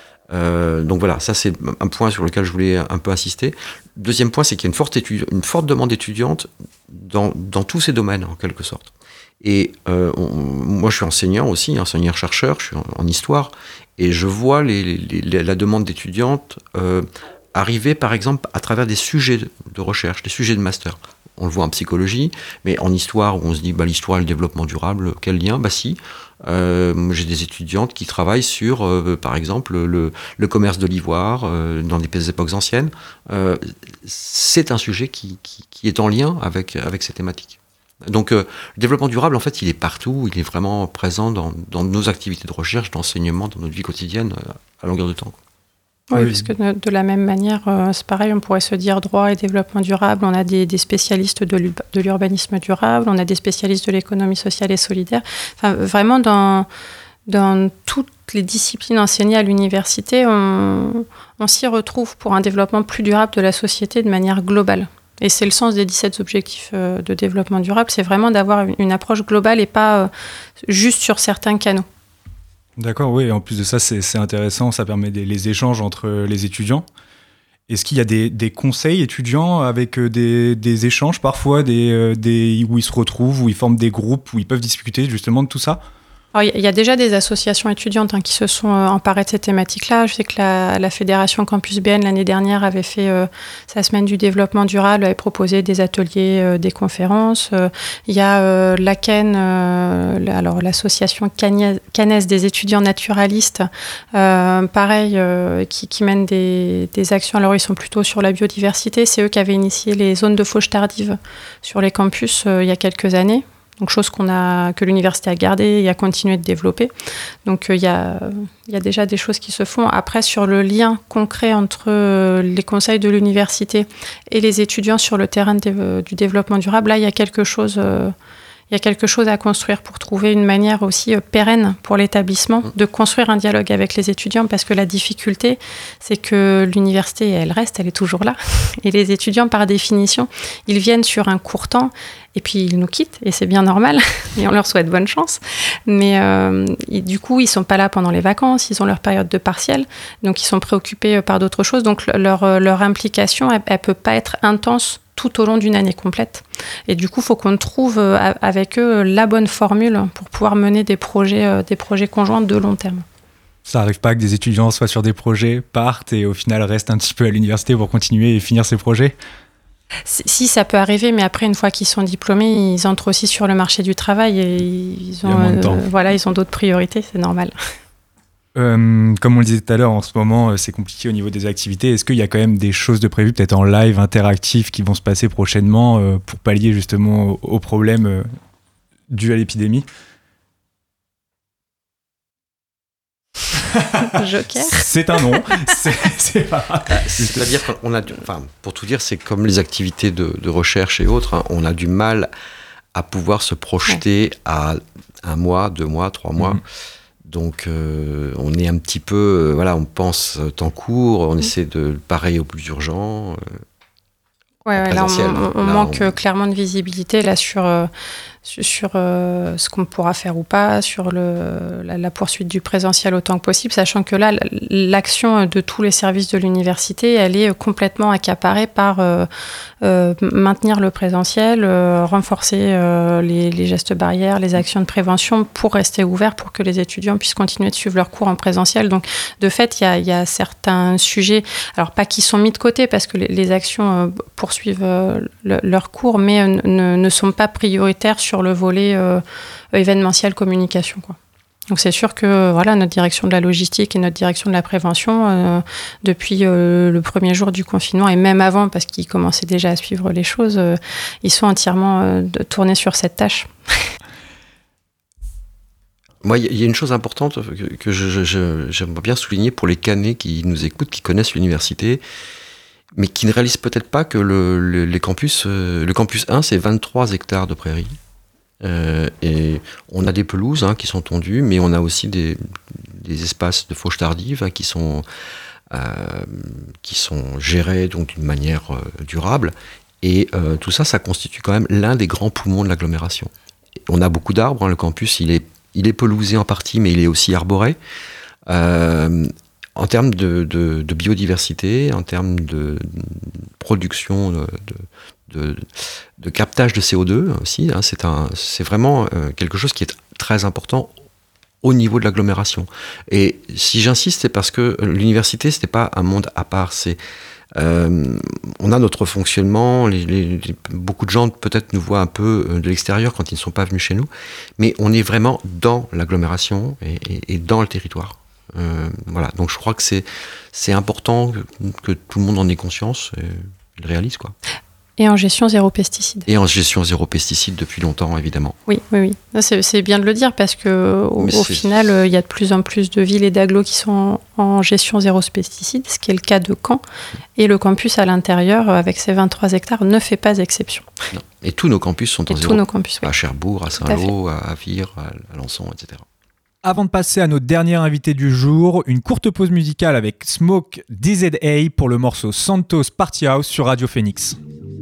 Euh, donc voilà, ça c'est un point sur lequel je voulais un peu insister. Deuxième point, c'est qu'il y a une forte, étudi- une forte demande étudiante dans, dans tous ces domaines, en quelque sorte. Et euh, on, moi, je suis enseignant aussi, enseignant-chercheur, je suis en, en histoire, et je vois les, les, les, la demande d'étudiantes euh, arriver, par exemple, à travers des sujets de, de recherche, des sujets de master. On le voit en psychologie, mais en histoire, où on se dit, bah, l'histoire et le développement durable, quel lien ? Bah si. Euh, j'ai des étudiantes qui travaillent sur, euh, par exemple, le, le commerce de l'ivoire euh, dans des époques anciennes. Euh, c'est un sujet qui, qui, qui est en lien avec, avec ces thématiques. Donc, euh, le développement durable, en fait, il est partout. Il est vraiment présent dans, dans nos activités de recherche, d'enseignement, dans notre vie quotidienne, à longueur de temps. Oui, parce que de, de la même manière, euh, c'est pareil, on pourrait se dire droit et développement durable, on a des, des spécialistes de, l'ur- de l'urbanisme durable, on a des spécialistes de l'économie sociale et solidaire. Enfin, vraiment, dans, dans toutes les disciplines enseignées à l'université, on, on s'y retrouve pour un développement plus durable de la société de manière globale. Et c'est le sens des dix-sept objectifs euh, de développement durable, c'est vraiment d'avoir une, une approche globale et pas euh, juste sur certains canaux. D'accord, oui, en plus de ça, c'est, c'est intéressant, ça permet des, les échanges entre les étudiants. Est-ce qu'il y a des, des conseils étudiants avec des, des échanges parfois, des, des, où ils se retrouvent, où ils forment des groupes, où ils peuvent discuter justement de tout ça ? Alors, il y a déjà des associations étudiantes hein, qui se sont euh, emparées de ces thématiques-là. Je sais que la, la Fédération Campus B N, l'année dernière, avait fait euh, sa semaine du développement durable, avait proposé des ateliers, euh, des conférences. Euh, il y a euh, l'A C E N, euh, la, alors, l'association Cannes des étudiants naturalistes, euh, pareil, euh, qui, qui mènent des, des actions. Alors, ils sont plutôt sur la biodiversité. C'est eux qui avaient initié les zones de fauche tardive sur les campus euh, il y a quelques années. Donc, chose qu'on a, que l'université a gardée et a continué de développer. Donc, il euh, y, a, y a déjà des choses qui se font. Après, sur le lien concret entre euh, les conseils de l'université et les étudiants sur le terrain de, euh, du développement durable, là, il y a quelque chose, euh, il y a quelque chose à construire pour trouver une manière aussi euh, pérenne pour l'établissement de construire un dialogue avec les étudiants, parce que la difficulté, c'est que l'université, elle reste, elle est toujours là. Et les étudiants, par définition, ils viennent sur un court temps et puis ils nous quittent, et c'est bien normal, et on leur souhaite bonne chance. Mais euh, et du coup, ils sont pas là pendant les vacances, ils ont leur période de partiel, donc ils sont préoccupés par d'autres choses, donc leur, leur implication, elle, elle peut pas être intense tout au long d'une année complète. Et du coup, il faut qu'on trouve avec eux la bonne formule pour pouvoir mener des projets, des projets conjoints de long terme. Ça n'arrive pas que des étudiants soient sur des projets, partent et au final restent un petit peu à l'université pour continuer et finir ces projets ? Si, ça peut arriver, mais après, une fois qu'ils sont diplômés, ils entrent aussi sur le marché du travail et ils ont, euh, voilà, ils ont d'autres priorités, c'est normal. Euh, comme on le disait tout à l'heure, en ce moment, c'est compliqué au niveau des activités. Est-ce qu'il y a quand même des choses de prévues, peut-être en live, interactifs, qui vont se passer prochainement euh, pour pallier justement aux, aux problèmes euh, dus à l'épidémie ? Joker. C'est un nom. c'est, c'est pas... C'est-à-dire qu'on a, enfin, pour tout dire, c'est comme les activités de, de recherche et autres. Hein, on a du mal à pouvoir se projeter ouais. à un mois, deux mois, trois mois. Mmh. Donc, euh, on est un petit peu, euh, voilà, on pense temps court, on mmh. essaie de parer au plus urgent. Euh, ouais, ouais, là, on, on là, manque on... clairement de visibilité là sur. Euh, sur euh, ce qu'on pourra faire ou pas, sur le, la, la poursuite du présentiel autant que possible, sachant que là, l'action de tous les services de l'université, elle est complètement accaparée par euh, euh, maintenir le présentiel, euh, renforcer euh, les, les gestes barrières, les actions de prévention pour rester ouvert, pour que les étudiants puissent continuer de suivre leurs cours en présentiel. Donc, de fait, il y a, y a certains sujets, alors pas qui sont mis de côté, parce que les, les actions euh, poursuivent euh, le, leurs cours, mais euh, ne, ne sont pas prioritaires sur sur le volet euh, événementiel communication, quoi. Donc c'est sûr que voilà, notre direction de la logistique et notre direction de la prévention, euh, depuis euh, le premier jour du confinement, et même avant, parce qu'ils commençaient déjà à suivre les choses, euh, ils sont entièrement euh, tournés sur cette tâche. Moi, il y a une chose importante que, que je, je, je, j'aimerais bien souligner pour les Caennais qui nous écoutent, qui connaissent l'université, mais qui ne réalisent peut-être pas que le, le, les campus, euh, le campus un, c'est vingt-trois hectares de prairies. Euh, et on a des pelouses hein, qui sont tondues, mais on a aussi des, des espaces de fauche tardive hein, qui sont euh, qui sont gérés donc d'une manière euh, durable. Et euh, tout ça, ça constitue quand même l'un des grands poumons de l'agglomération. On a beaucoup d'arbres. Hein, le campus, il est il est pelousé en partie, mais il est aussi arboré. Euh, en termes de, de, de biodiversité, en termes de production de, de De, de captage de C O deux aussi, hein, c'est, un, c'est vraiment euh, quelque chose qui est très important au niveau de l'agglomération. Et si j'insiste, c'est parce que l'université, ce n'est pas un monde à part. C'est, euh, on a notre fonctionnement, les, les, les, beaucoup de gens peut-être nous voient un peu de l'extérieur quand ils ne sont pas venus chez nous, mais on est vraiment dans l'agglomération et, et, et dans le territoire. Euh, voilà. Donc je crois que c'est, c'est important que, que tout le monde en ait conscience et le réalise, quoi. Et en gestion zéro pesticide. Et en gestion zéro pesticide depuis longtemps, évidemment. Oui, oui, oui. C'est, c'est bien de le dire parce qu'au au final, il euh, y a de plus en plus de villes et d'agglos qui sont en, en gestion zéro pesticide, ce qui est le cas de Caen. Et le campus à l'intérieur, avec ses vingt-trois hectares, ne fait pas exception. Non. Et tous nos campus sont en et zéro. Tous nos campus, oui. À Cherbourg, à Saint-Lô, à, à Vire, à Alençon, et cetera. Avant de passer à notre dernier invité du jour, une courte pause musicale avec Smoke D Z A pour le morceau Santos Party House sur Radio Phoenix.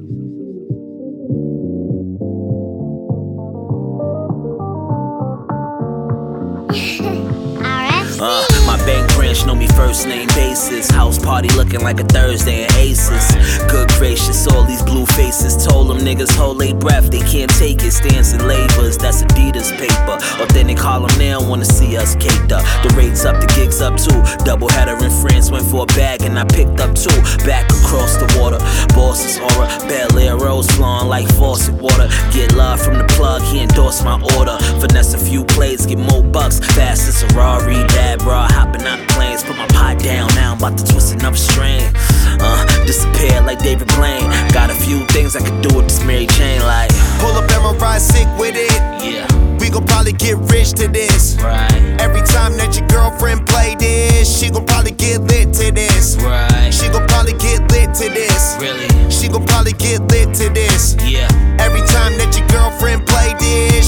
Uh, my bank branch know me first name basis. House party looking like a Thursday in Aces. Good gracious, all these blue faces. Told them niggas hold their breath, they can't take it. Stands in labors, that's Adidas paper. Authentic Harlem, they don't wanna see us caked up. The rates up, the gigs up too. Double header in France, went for a bag and I picked up two. Back across the water, boss's aura. Bel Air rose flowing like faucet water. Get love from the plug, he endorsed my order. Finesse a few plays, get more bucks. Fast as a Ferrari, bad bra, hopping out the planes. Put my pot down, now I'm about to twist another string. Uh, disappear like David Blaine. Got a few things I could do with this Mary Jane, like pull up and ride sick with it. Yeah, we gon' probably get rich to this. Right. Every time that your girlfriend play this, she gon' probably get lit to this. Right. She gon' probably get lit to this. Really? She gon' probably get lit to this. Yeah. Every time that your girlfriend play this,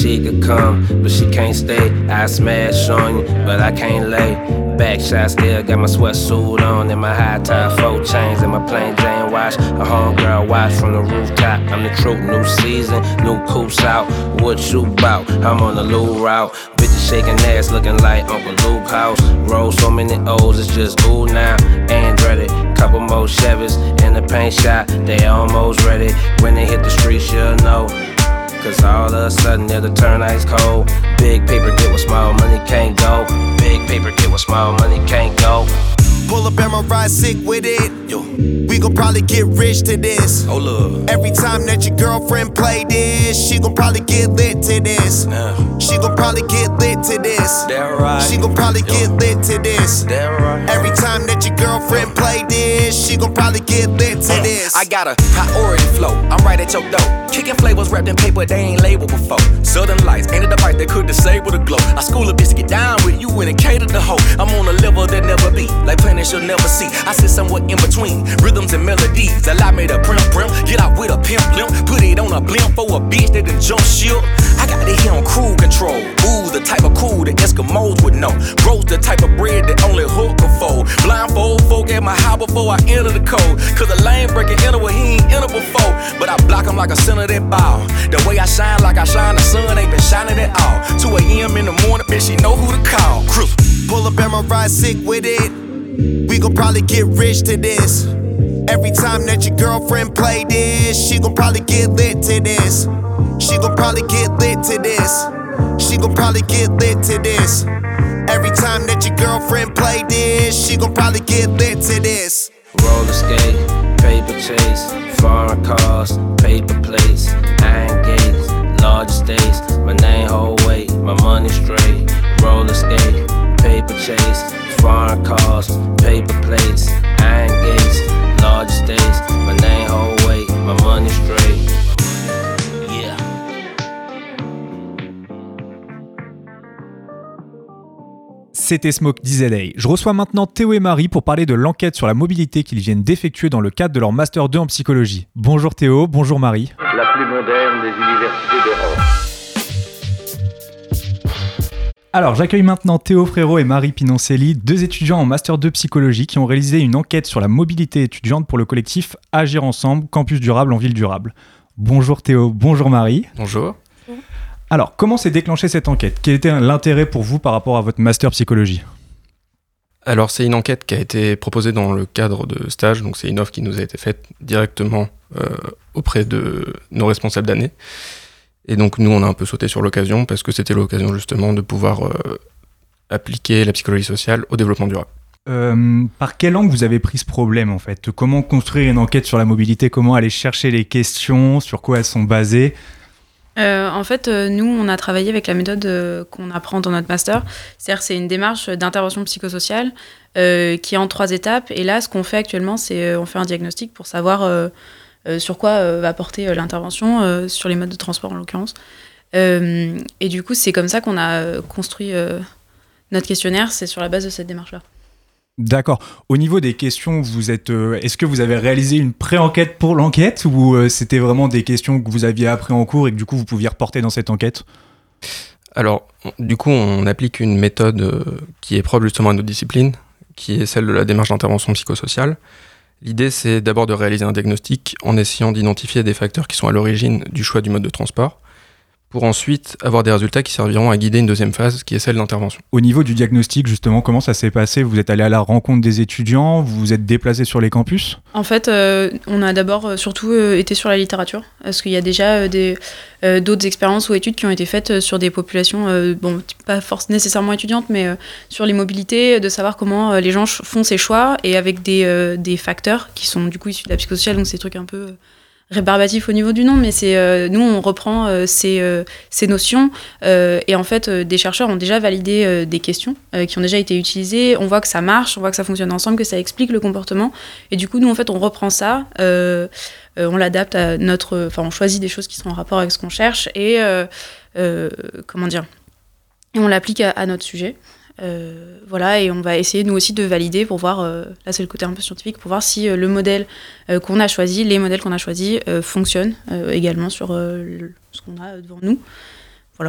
she could come, but she can't stay. I smash on you, but I can't lay. Back shot still got my sweatsuit on and my high top four chains and my plain Jane watch. A homegirl watch from the rooftop. I'm the truth, new season, new coops out. What you bout? I'm on the Lou route. Bitches shaking ass, looking like Uncle Luke house. Roll so many O's, it's just ooh now. Andretti, couple more Chevys in the paint shop. They almost ready. When they hit the streets, you'll know. Cause all of a sudden it'll turn ice cold. Big paper get where small money can't go. Big paper get where small money can't go. Pull up and my ride sick with it. Yo. We gon' probably get rich to this. Oh look. Every time that your girlfriend play this, she gon' probably get lit to this. Nah. She gon' probably get lit to this. That right. She gon' probably Yo. get lit to this. That right. Every time that your girlfriend play this, she gon' probably get lit to this. I got a priority flow. I'm right at your door. Kicking flavors wrapped in paper they ain't labeled before. Southern lights ain't a device that could disable the glow. I school a bitch to get down with you and cater the hoe. I'm on a level that never be, like planets you'll never see. I sit somewhere in between rhythms and melodies. Allow me to prim prim, get out with a pimp limp, put it on a blimp for a bitch that done jump ship. I got it here on cruise control. Ooh, the type of cool that Eskimos would know. Grows the type of bread that only hook can fold. Blindfold folk at my house before I enter the code. Cause the lane breaking enter where he ain't enter before. But I block him like a center that ball. The way I shine like I shine, the sun ain't been shining at all. two a.m. in the morning, bitch, she know who to call. Cruise. Pull up and my ride sick with it. We gon' probably get rich to this. Every time that your girlfriend play this, she gon' probably get lit to this. She gon' probably get lit to this. She gon' probably get lit to this. Every time that your girlfriend play this, she gon' probably get lit to this. Roller skate, paper chase, foreign cars, paper plates, iron gates, large estates, my name whole weight, my money straight. Roller skate, paper chase, foreign cars, paper plates, iron gates, large estates, my name whole weight, my money straight. Yeah. C'était Smoke D Z A. Je reçois maintenant Théo et Marie pour parler de l'enquête sur la mobilité qu'ils viennent d'effectuer dans le cadre de leur Master deux en psychologie. Bonjour Théo, bonjour Marie. La plus moderne des universités d'Europe. Alors, j'accueille maintenant Théo Frérot et Marie Pinoncelli, deux étudiants en Master deux psychologie qui ont réalisé une enquête sur la mobilité étudiante pour le collectif Agir Ensemble, Campus Durable en Ville Durable. Bonjour Théo, bonjour Marie. Bonjour. Alors, comment s'est déclenchée cette enquête ? Quel était l'intérêt pour vous par rapport à votre Master psychologie ? Alors, c'est une enquête qui a été proposée dans le cadre de stage, donc c'est une offre qui nous a été faite directement euh, auprès de nos responsables d'année. Et donc nous, on a un peu sauté sur l'occasion parce que c'était l'occasion justement de pouvoir euh, appliquer la psychologie sociale au développement durable. Euh, par quel angle vous avez pris ce problème en fait ? Comment construire une enquête sur la mobilité ? Comment aller chercher les questions ? Sur quoi elles sont basées ? Euh, en fait, euh, nous, on a travaillé avec la méthode euh, qu'on apprend dans notre master. C'est-à-dire c'est une démarche d'intervention psychosociale euh, qui est en trois étapes. Et là, ce qu'on fait actuellement, c'est euh, on fait un diagnostic pour savoir... Euh, Euh, sur quoi euh, va porter euh, l'intervention, euh, sur les modes de transport en l'occurrence. Euh, et du coup, c'est comme ça qu'on a euh, construit euh, notre questionnaire, c'est sur la base de cette démarche-là. D'accord. Au niveau des questions, vous êtes, euh, est-ce que vous avez réalisé une pré-enquête pour l'enquête ou euh, c'était vraiment des questions que vous aviez appris en cours et que du coup vous pouviez reporter dans cette enquête ? Alors, du coup, on applique une méthode euh, qui est propre justement à notre discipline, qui est celle de la démarche d'intervention psychosociale. L'idée, c'est d'abord de réaliser un diagnostic en essayant d'identifier des facteurs qui sont à l'origine du choix du mode de transport, pour ensuite avoir des résultats qui serviront à guider une deuxième phase, qui est celle d'intervention. Au niveau du diagnostic, justement, comment ça s'est passé ? Vous êtes allé à la rencontre des étudiants ? Vous vous êtes déplacé sur les campus ? En fait, euh, on a d'abord euh, surtout euh, été sur la littérature, parce qu'il y a déjà euh, des, euh, d'autres expériences ou études qui ont été faites sur des populations, euh, bon, pas forcément nécessairement étudiantes, mais euh, sur les mobilités, de savoir comment euh, les gens ch- font ces choix, et avec des, euh, des facteurs qui sont du coup issus de la psychosociale, donc ces trucs un peu... Euh, rébarbatif au niveau du nom, mais c'est euh, nous on reprend euh, ces, euh, ces notions euh, et en fait euh, des chercheurs ont déjà validé euh, des questions euh, qui ont déjà été utilisées, on voit que ça marche, on voit que ça fonctionne ensemble, que ça explique le comportement et du coup nous en fait on reprend ça, euh, euh, on l'adapte à notre, enfin on choisit des choses qui sont en rapport avec ce qu'on cherche et euh, euh, comment dire, et on l'applique à, à notre sujet. Euh, voilà, et on va essayer nous aussi de valider pour voir, euh, là c'est le côté un peu scientifique, pour voir si euh, le modèle euh, qu'on a choisi, les modèles qu'on a choisis euh, fonctionnent euh, également sur euh, le, ce qu'on a devant nous. voilà.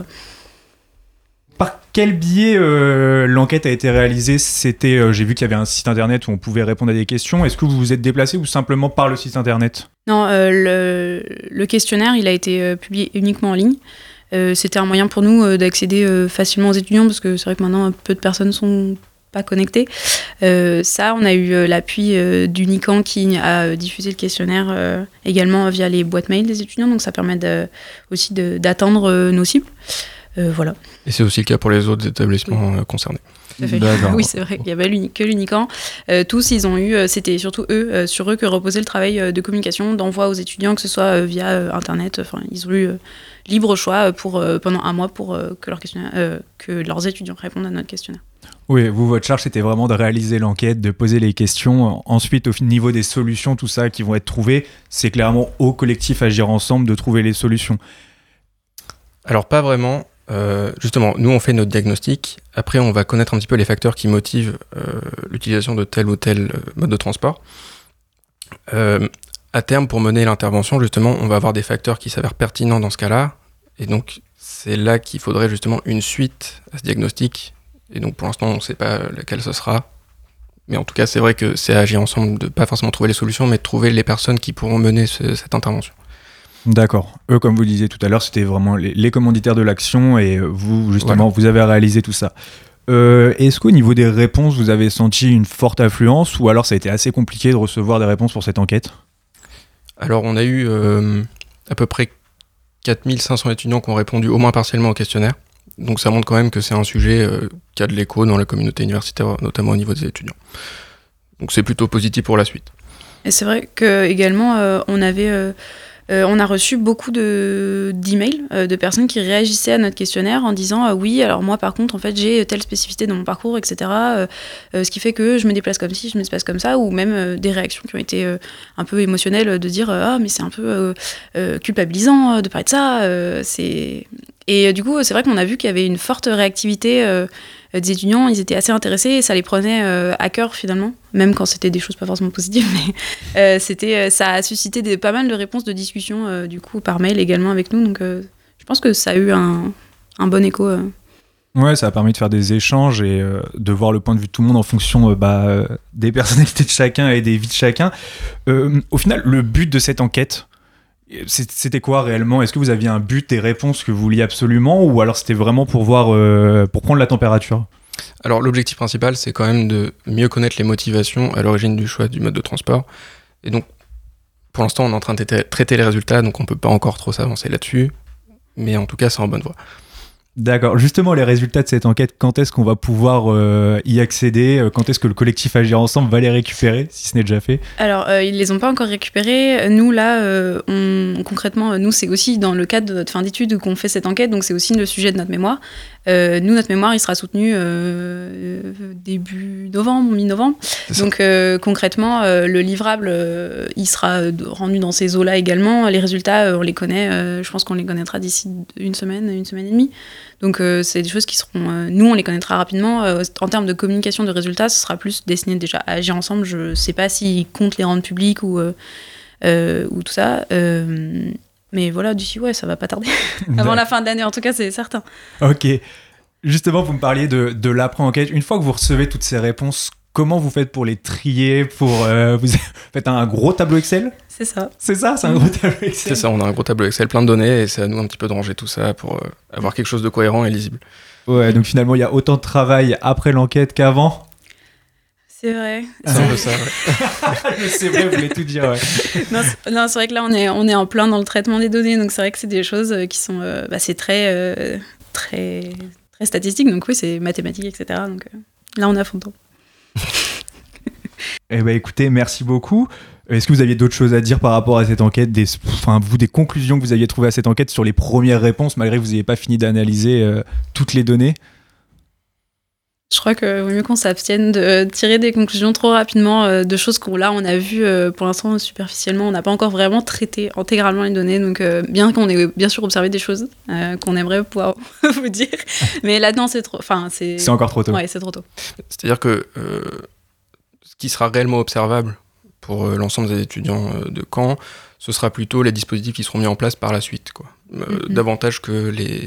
Par quel biais euh, l'enquête a été réalisée ? C'était, euh, j'ai vu qu'il y avait un site internet où on pouvait répondre à des questions. Est-ce que vous vous êtes déplacé ou simplement par le site internet ? Non, euh, le, le questionnaire, il a été euh, publié uniquement en ligne. Euh, c'était un moyen pour nous euh, d'accéder euh, facilement aux étudiants, parce que c'est vrai que maintenant, peu de personnes sont pas connectées. Euh, ça, on a eu euh, l'appui euh, d'Unican qui a euh, diffusé le questionnaire euh, également via les boîtes mail des étudiants, donc ça permet de, aussi de, d'atteindre euh, nos cibles. Euh, voilà. Et c'est aussi le cas pour les autres établissements oui. concernés. Oui, c'est vrai qu'il y avait l'uni- que l'Unican. Euh, tous, ils ont eu, euh, c'était surtout eux, euh, sur eux que reposait le travail euh, de communication, d'envoi aux étudiants, que ce soit euh, via euh, Internet. Enfin, ils ont eu euh, libre choix pour, euh, pendant un mois pour euh, que, leur questionnaire, euh, que leurs étudiants répondent à notre questionnaire. Oui, vous, votre charge, c'était vraiment de réaliser l'enquête, de poser les questions. Ensuite, au niveau des solutions, tout ça qui vont être trouvées, c'est clairement au collectif Agir Ensemble de trouver les solutions. Alors, pas vraiment. Euh, justement, nous on fait notre diagnostic, après on va connaître un petit peu les facteurs qui motivent euh, l'utilisation de tel ou tel euh, mode de transport. Euh, à terme, pour mener l'intervention, justement, on va avoir des facteurs qui s'avèrent pertinents dans ce cas-là, et donc c'est là qu'il faudrait justement une suite à ce diagnostic, et donc pour l'instant on ne sait pas laquelle ce sera, mais en tout cas c'est vrai que c'est à agir ensemble de pas forcément trouver les solutions, mais de trouver les personnes qui pourront mener ce, cette intervention. D'accord. Eux, comme vous le disiez tout à l'heure, c'était vraiment les, les commanditaires de l'action et vous, justement, voilà. Vous avez réalisé tout ça. Euh, est-ce qu'au niveau des réponses, vous avez senti une forte affluence ou alors ça a été assez compliqué de recevoir des réponses pour cette enquête ? Alors, on a eu euh, à peu près quatre mille cinq cents étudiants qui ont répondu au moins partiellement au questionnaire. Donc, ça montre quand même que c'est un sujet euh, qui a de l'écho dans la communauté universitaire, notamment au niveau des étudiants. Donc, c'est plutôt positif pour la suite. Et c'est vrai qu'également, euh, on avait... Euh Euh, on a reçu beaucoup de, d'emails euh, de personnes qui réagissaient à notre questionnaire en disant euh, oui, alors moi par contre en fait j'ai telle spécificité dans mon parcours, et cetera. Euh, euh, ce qui fait que je me déplace comme ci, je me déplace comme ça, ou même euh, des réactions qui ont été euh, un peu émotionnelles de dire ah mais c'est un peu euh, euh, culpabilisant de parler de ça. Euh, c'est... Et euh, du coup c'est vrai qu'on a vu qu'il y avait une forte réactivité euh, des étudiants, ils étaient assez intéressés et ça les prenait euh, à cœur finalement, même quand c'était des choses pas forcément positives, mais euh, c'était, euh, ça a suscité des, pas mal de réponses de discussion euh, du coup par mail également avec nous, donc euh, je pense que ça a eu un, un bon écho. Euh. Ouais, ça a permis de faire des échanges et euh, de voir le point de vue de tout le monde en fonction euh, bah, euh, des personnalités de chacun et des vies de chacun. Euh, au final, le but de cette enquête, c'était quoi réellement ? Est-ce que vous aviez un but, des réponses que vous vouliez absolument, ou alors c'était vraiment pour voir, euh, pour prendre la température ? Alors l'objectif principal, c'est quand même de mieux connaître les motivations à l'origine du choix du mode de transport. Et donc, pour l'instant, on est en train de traiter les résultats, donc on peut pas encore trop s'avancer là-dessus, mais en tout cas, c'est en bonne voie. D'accord. Justement, les résultats de cette enquête, quand est-ce qu'on va pouvoir euh, y accéder ? Quand est-ce que le collectif Agir Ensemble va les récupérer, si ce n'est déjà fait ? Alors, euh, ils les ont pas encore récupérés. Nous, là, euh, on, concrètement, nous, c'est aussi dans le cadre de notre fin d'études qu'on fait cette enquête, donc c'est aussi le sujet de notre mémoire. Euh, nous, notre mémoire, il sera soutenu euh, début novembre, mi-novembre. Donc, euh, concrètement, euh, le livrable, euh, il sera rendu dans ces eaux-là également. Les résultats, euh, on les connaît. Euh, je pense qu'on les connaîtra d'ici une semaine, une semaine et demie. Donc, euh, c'est des choses qui seront... Euh, nous, on les connaîtra rapidement. Euh, en termes de communication de résultats, ce sera plus destiné déjà à agir ensemble. Je ne sais pas s'ils comptent les rendre publics ou, euh, euh, ou tout ça. Euh, mais voilà, d'ici, ouais, ça va pas tarder. Avant la fin de l'année, en tout cas, c'est certain. Ok. Justement, vous me parliez de, de l'après-enquête. Une fois que vous recevez toutes ces réponses, comment vous faites pour les trier pour, euh, vous faites un gros tableau Excel ? C'est ça. C'est ça, c'est un gros tableau Excel. C'est ça, on a un gros tableau Excel, plein de données, et c'est à nous un petit peu de ranger tout ça pour euh, avoir quelque chose de cohérent et lisible. Ouais, donc finalement, il y a autant de travail après l'enquête qu'avant. C'est vrai. C'est un peu ça, ouais. C'est vrai, vous voulez tout dire, ouais. Non, c'est, non, c'est vrai que là, on est, on est en plein dans le traitement des données, donc c'est vrai que c'est des choses qui sont... Euh, bah, c'est très, euh, très, très statistique, donc oui, c'est mathématique, et cetera. Donc euh, là, on est à fond de temps. Eh ben, écoutez, merci beaucoup. Est-ce que vous aviez d'autres choses à dire par rapport à cette enquête, des, enfin, vous, des conclusions que vous aviez trouvées à cette enquête sur les premières réponses, malgré que vous n'ayez pas fini d'analyser euh, toutes les données ? Je crois qu'il vaut mieux qu'on s'abstienne de tirer des conclusions trop rapidement euh, de choses qu'on là on a vues euh, pour l'instant superficiellement. On n'a pas encore vraiment traité intégralement les données, donc euh, bien qu'on ait bien sûr observé des choses euh, qu'on aimerait pouvoir vous dire, mais là-dedans c'est trop, enfin c'est. C'est encore trop tôt. Ouais, c'est trop tôt. C'est-à-dire que euh, ce qui sera réellement observable pour euh, l'ensemble des étudiants euh, de Caen, ce sera plutôt les dispositifs qui seront mis en place par la suite, quoi. Euh, mm-hmm. Davantage que les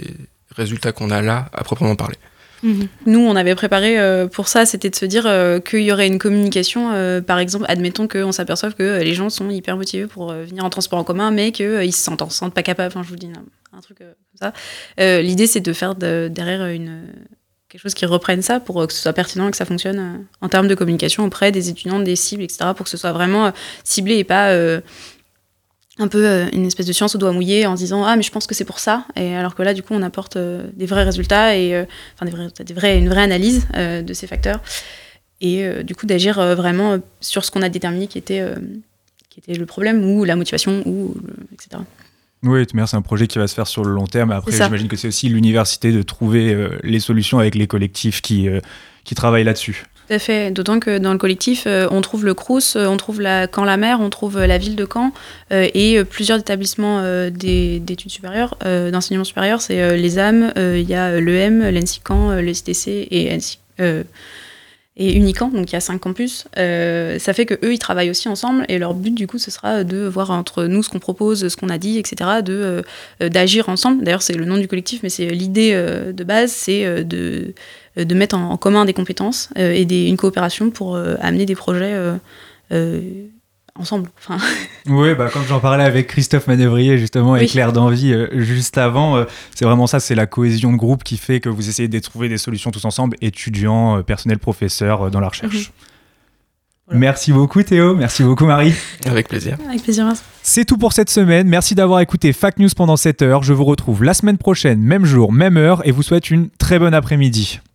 résultats qu'on a là à proprement parler. Mmh. Nous, on avait préparé euh, pour ça, c'était de se dire euh, qu'il y aurait une communication, euh, par exemple, admettons qu'on s'aperçoive que les gens sont hyper motivés pour euh, venir en transport en commun, mais qu'ils euh, se sentent, sentent pas capables, enfin je vous dis un, un truc euh, comme ça. Euh, l'idée, c'est de faire de, derrière une, quelque chose qui reprenne ça pour euh, que ce soit pertinent et que ça fonctionne euh, en termes de communication auprès des étudiants, des cibles, et cetera, pour que ce soit vraiment euh, ciblé et pas... Euh, un peu euh, une espèce de science au doigt mouillé en se disant ah mais je pense que c'est pour ça, et alors que là du coup on apporte euh, des vrais résultats et euh, enfin des vrais, des vrais, une vraie analyse euh, de ces facteurs et euh, du coup d'agir euh, vraiment sur ce qu'on a déterminé qui était euh, qui était le problème ou la motivation ou le, et cetera. Oui, c'est un projet qui va se faire sur le long terme. Après, j'imagine que c'est aussi l'université de trouver euh, les solutions avec les collectifs qui, euh, qui travaillent là-dessus. Tout à fait, d'autant que dans le collectif, euh, on trouve le Crous, euh, on trouve la Caen-la-Mer, on trouve euh, la ville de Caen euh, et euh, plusieurs établissements euh, des, d'études supérieures, euh, d'enseignement supérieur. C'est euh, l'E S A M, il euh, y a l'E M, l'E N S I Caen, euh, le S T C et, euh, et Unicaen, donc il y a cinq campus. Euh, ça fait qu'eux, ils travaillent aussi ensemble et leur but, du coup, ce sera de voir entre nous ce qu'on propose, ce qu'on a dit, et cetera, de, euh, d'agir ensemble. D'ailleurs, c'est le nom du collectif, mais c'est l'idée euh, de base, c'est euh, de... de mettre en commun des compétences euh, et des, une coopération pour euh, amener des projets euh, euh, ensemble. Enfin... Oui, bah, comme j'en parlais avec Christophe Manœuvrier justement et oui. Claire Danvy euh, juste avant, euh, c'est vraiment ça, c'est la cohésion de groupe qui fait que vous essayez de trouver des solutions tous ensemble, étudiants, euh, personnel, professeurs, euh, dans la recherche. Mm-hmm. Voilà. Merci beaucoup Théo, merci beaucoup Marie. Avec plaisir. Avec plaisir. C'est tout pour cette semaine, merci d'avoir écouté Fact News pendant cette heure. Je vous retrouve la semaine prochaine, même jour, même heure, et vous souhaite une très bonne après-midi.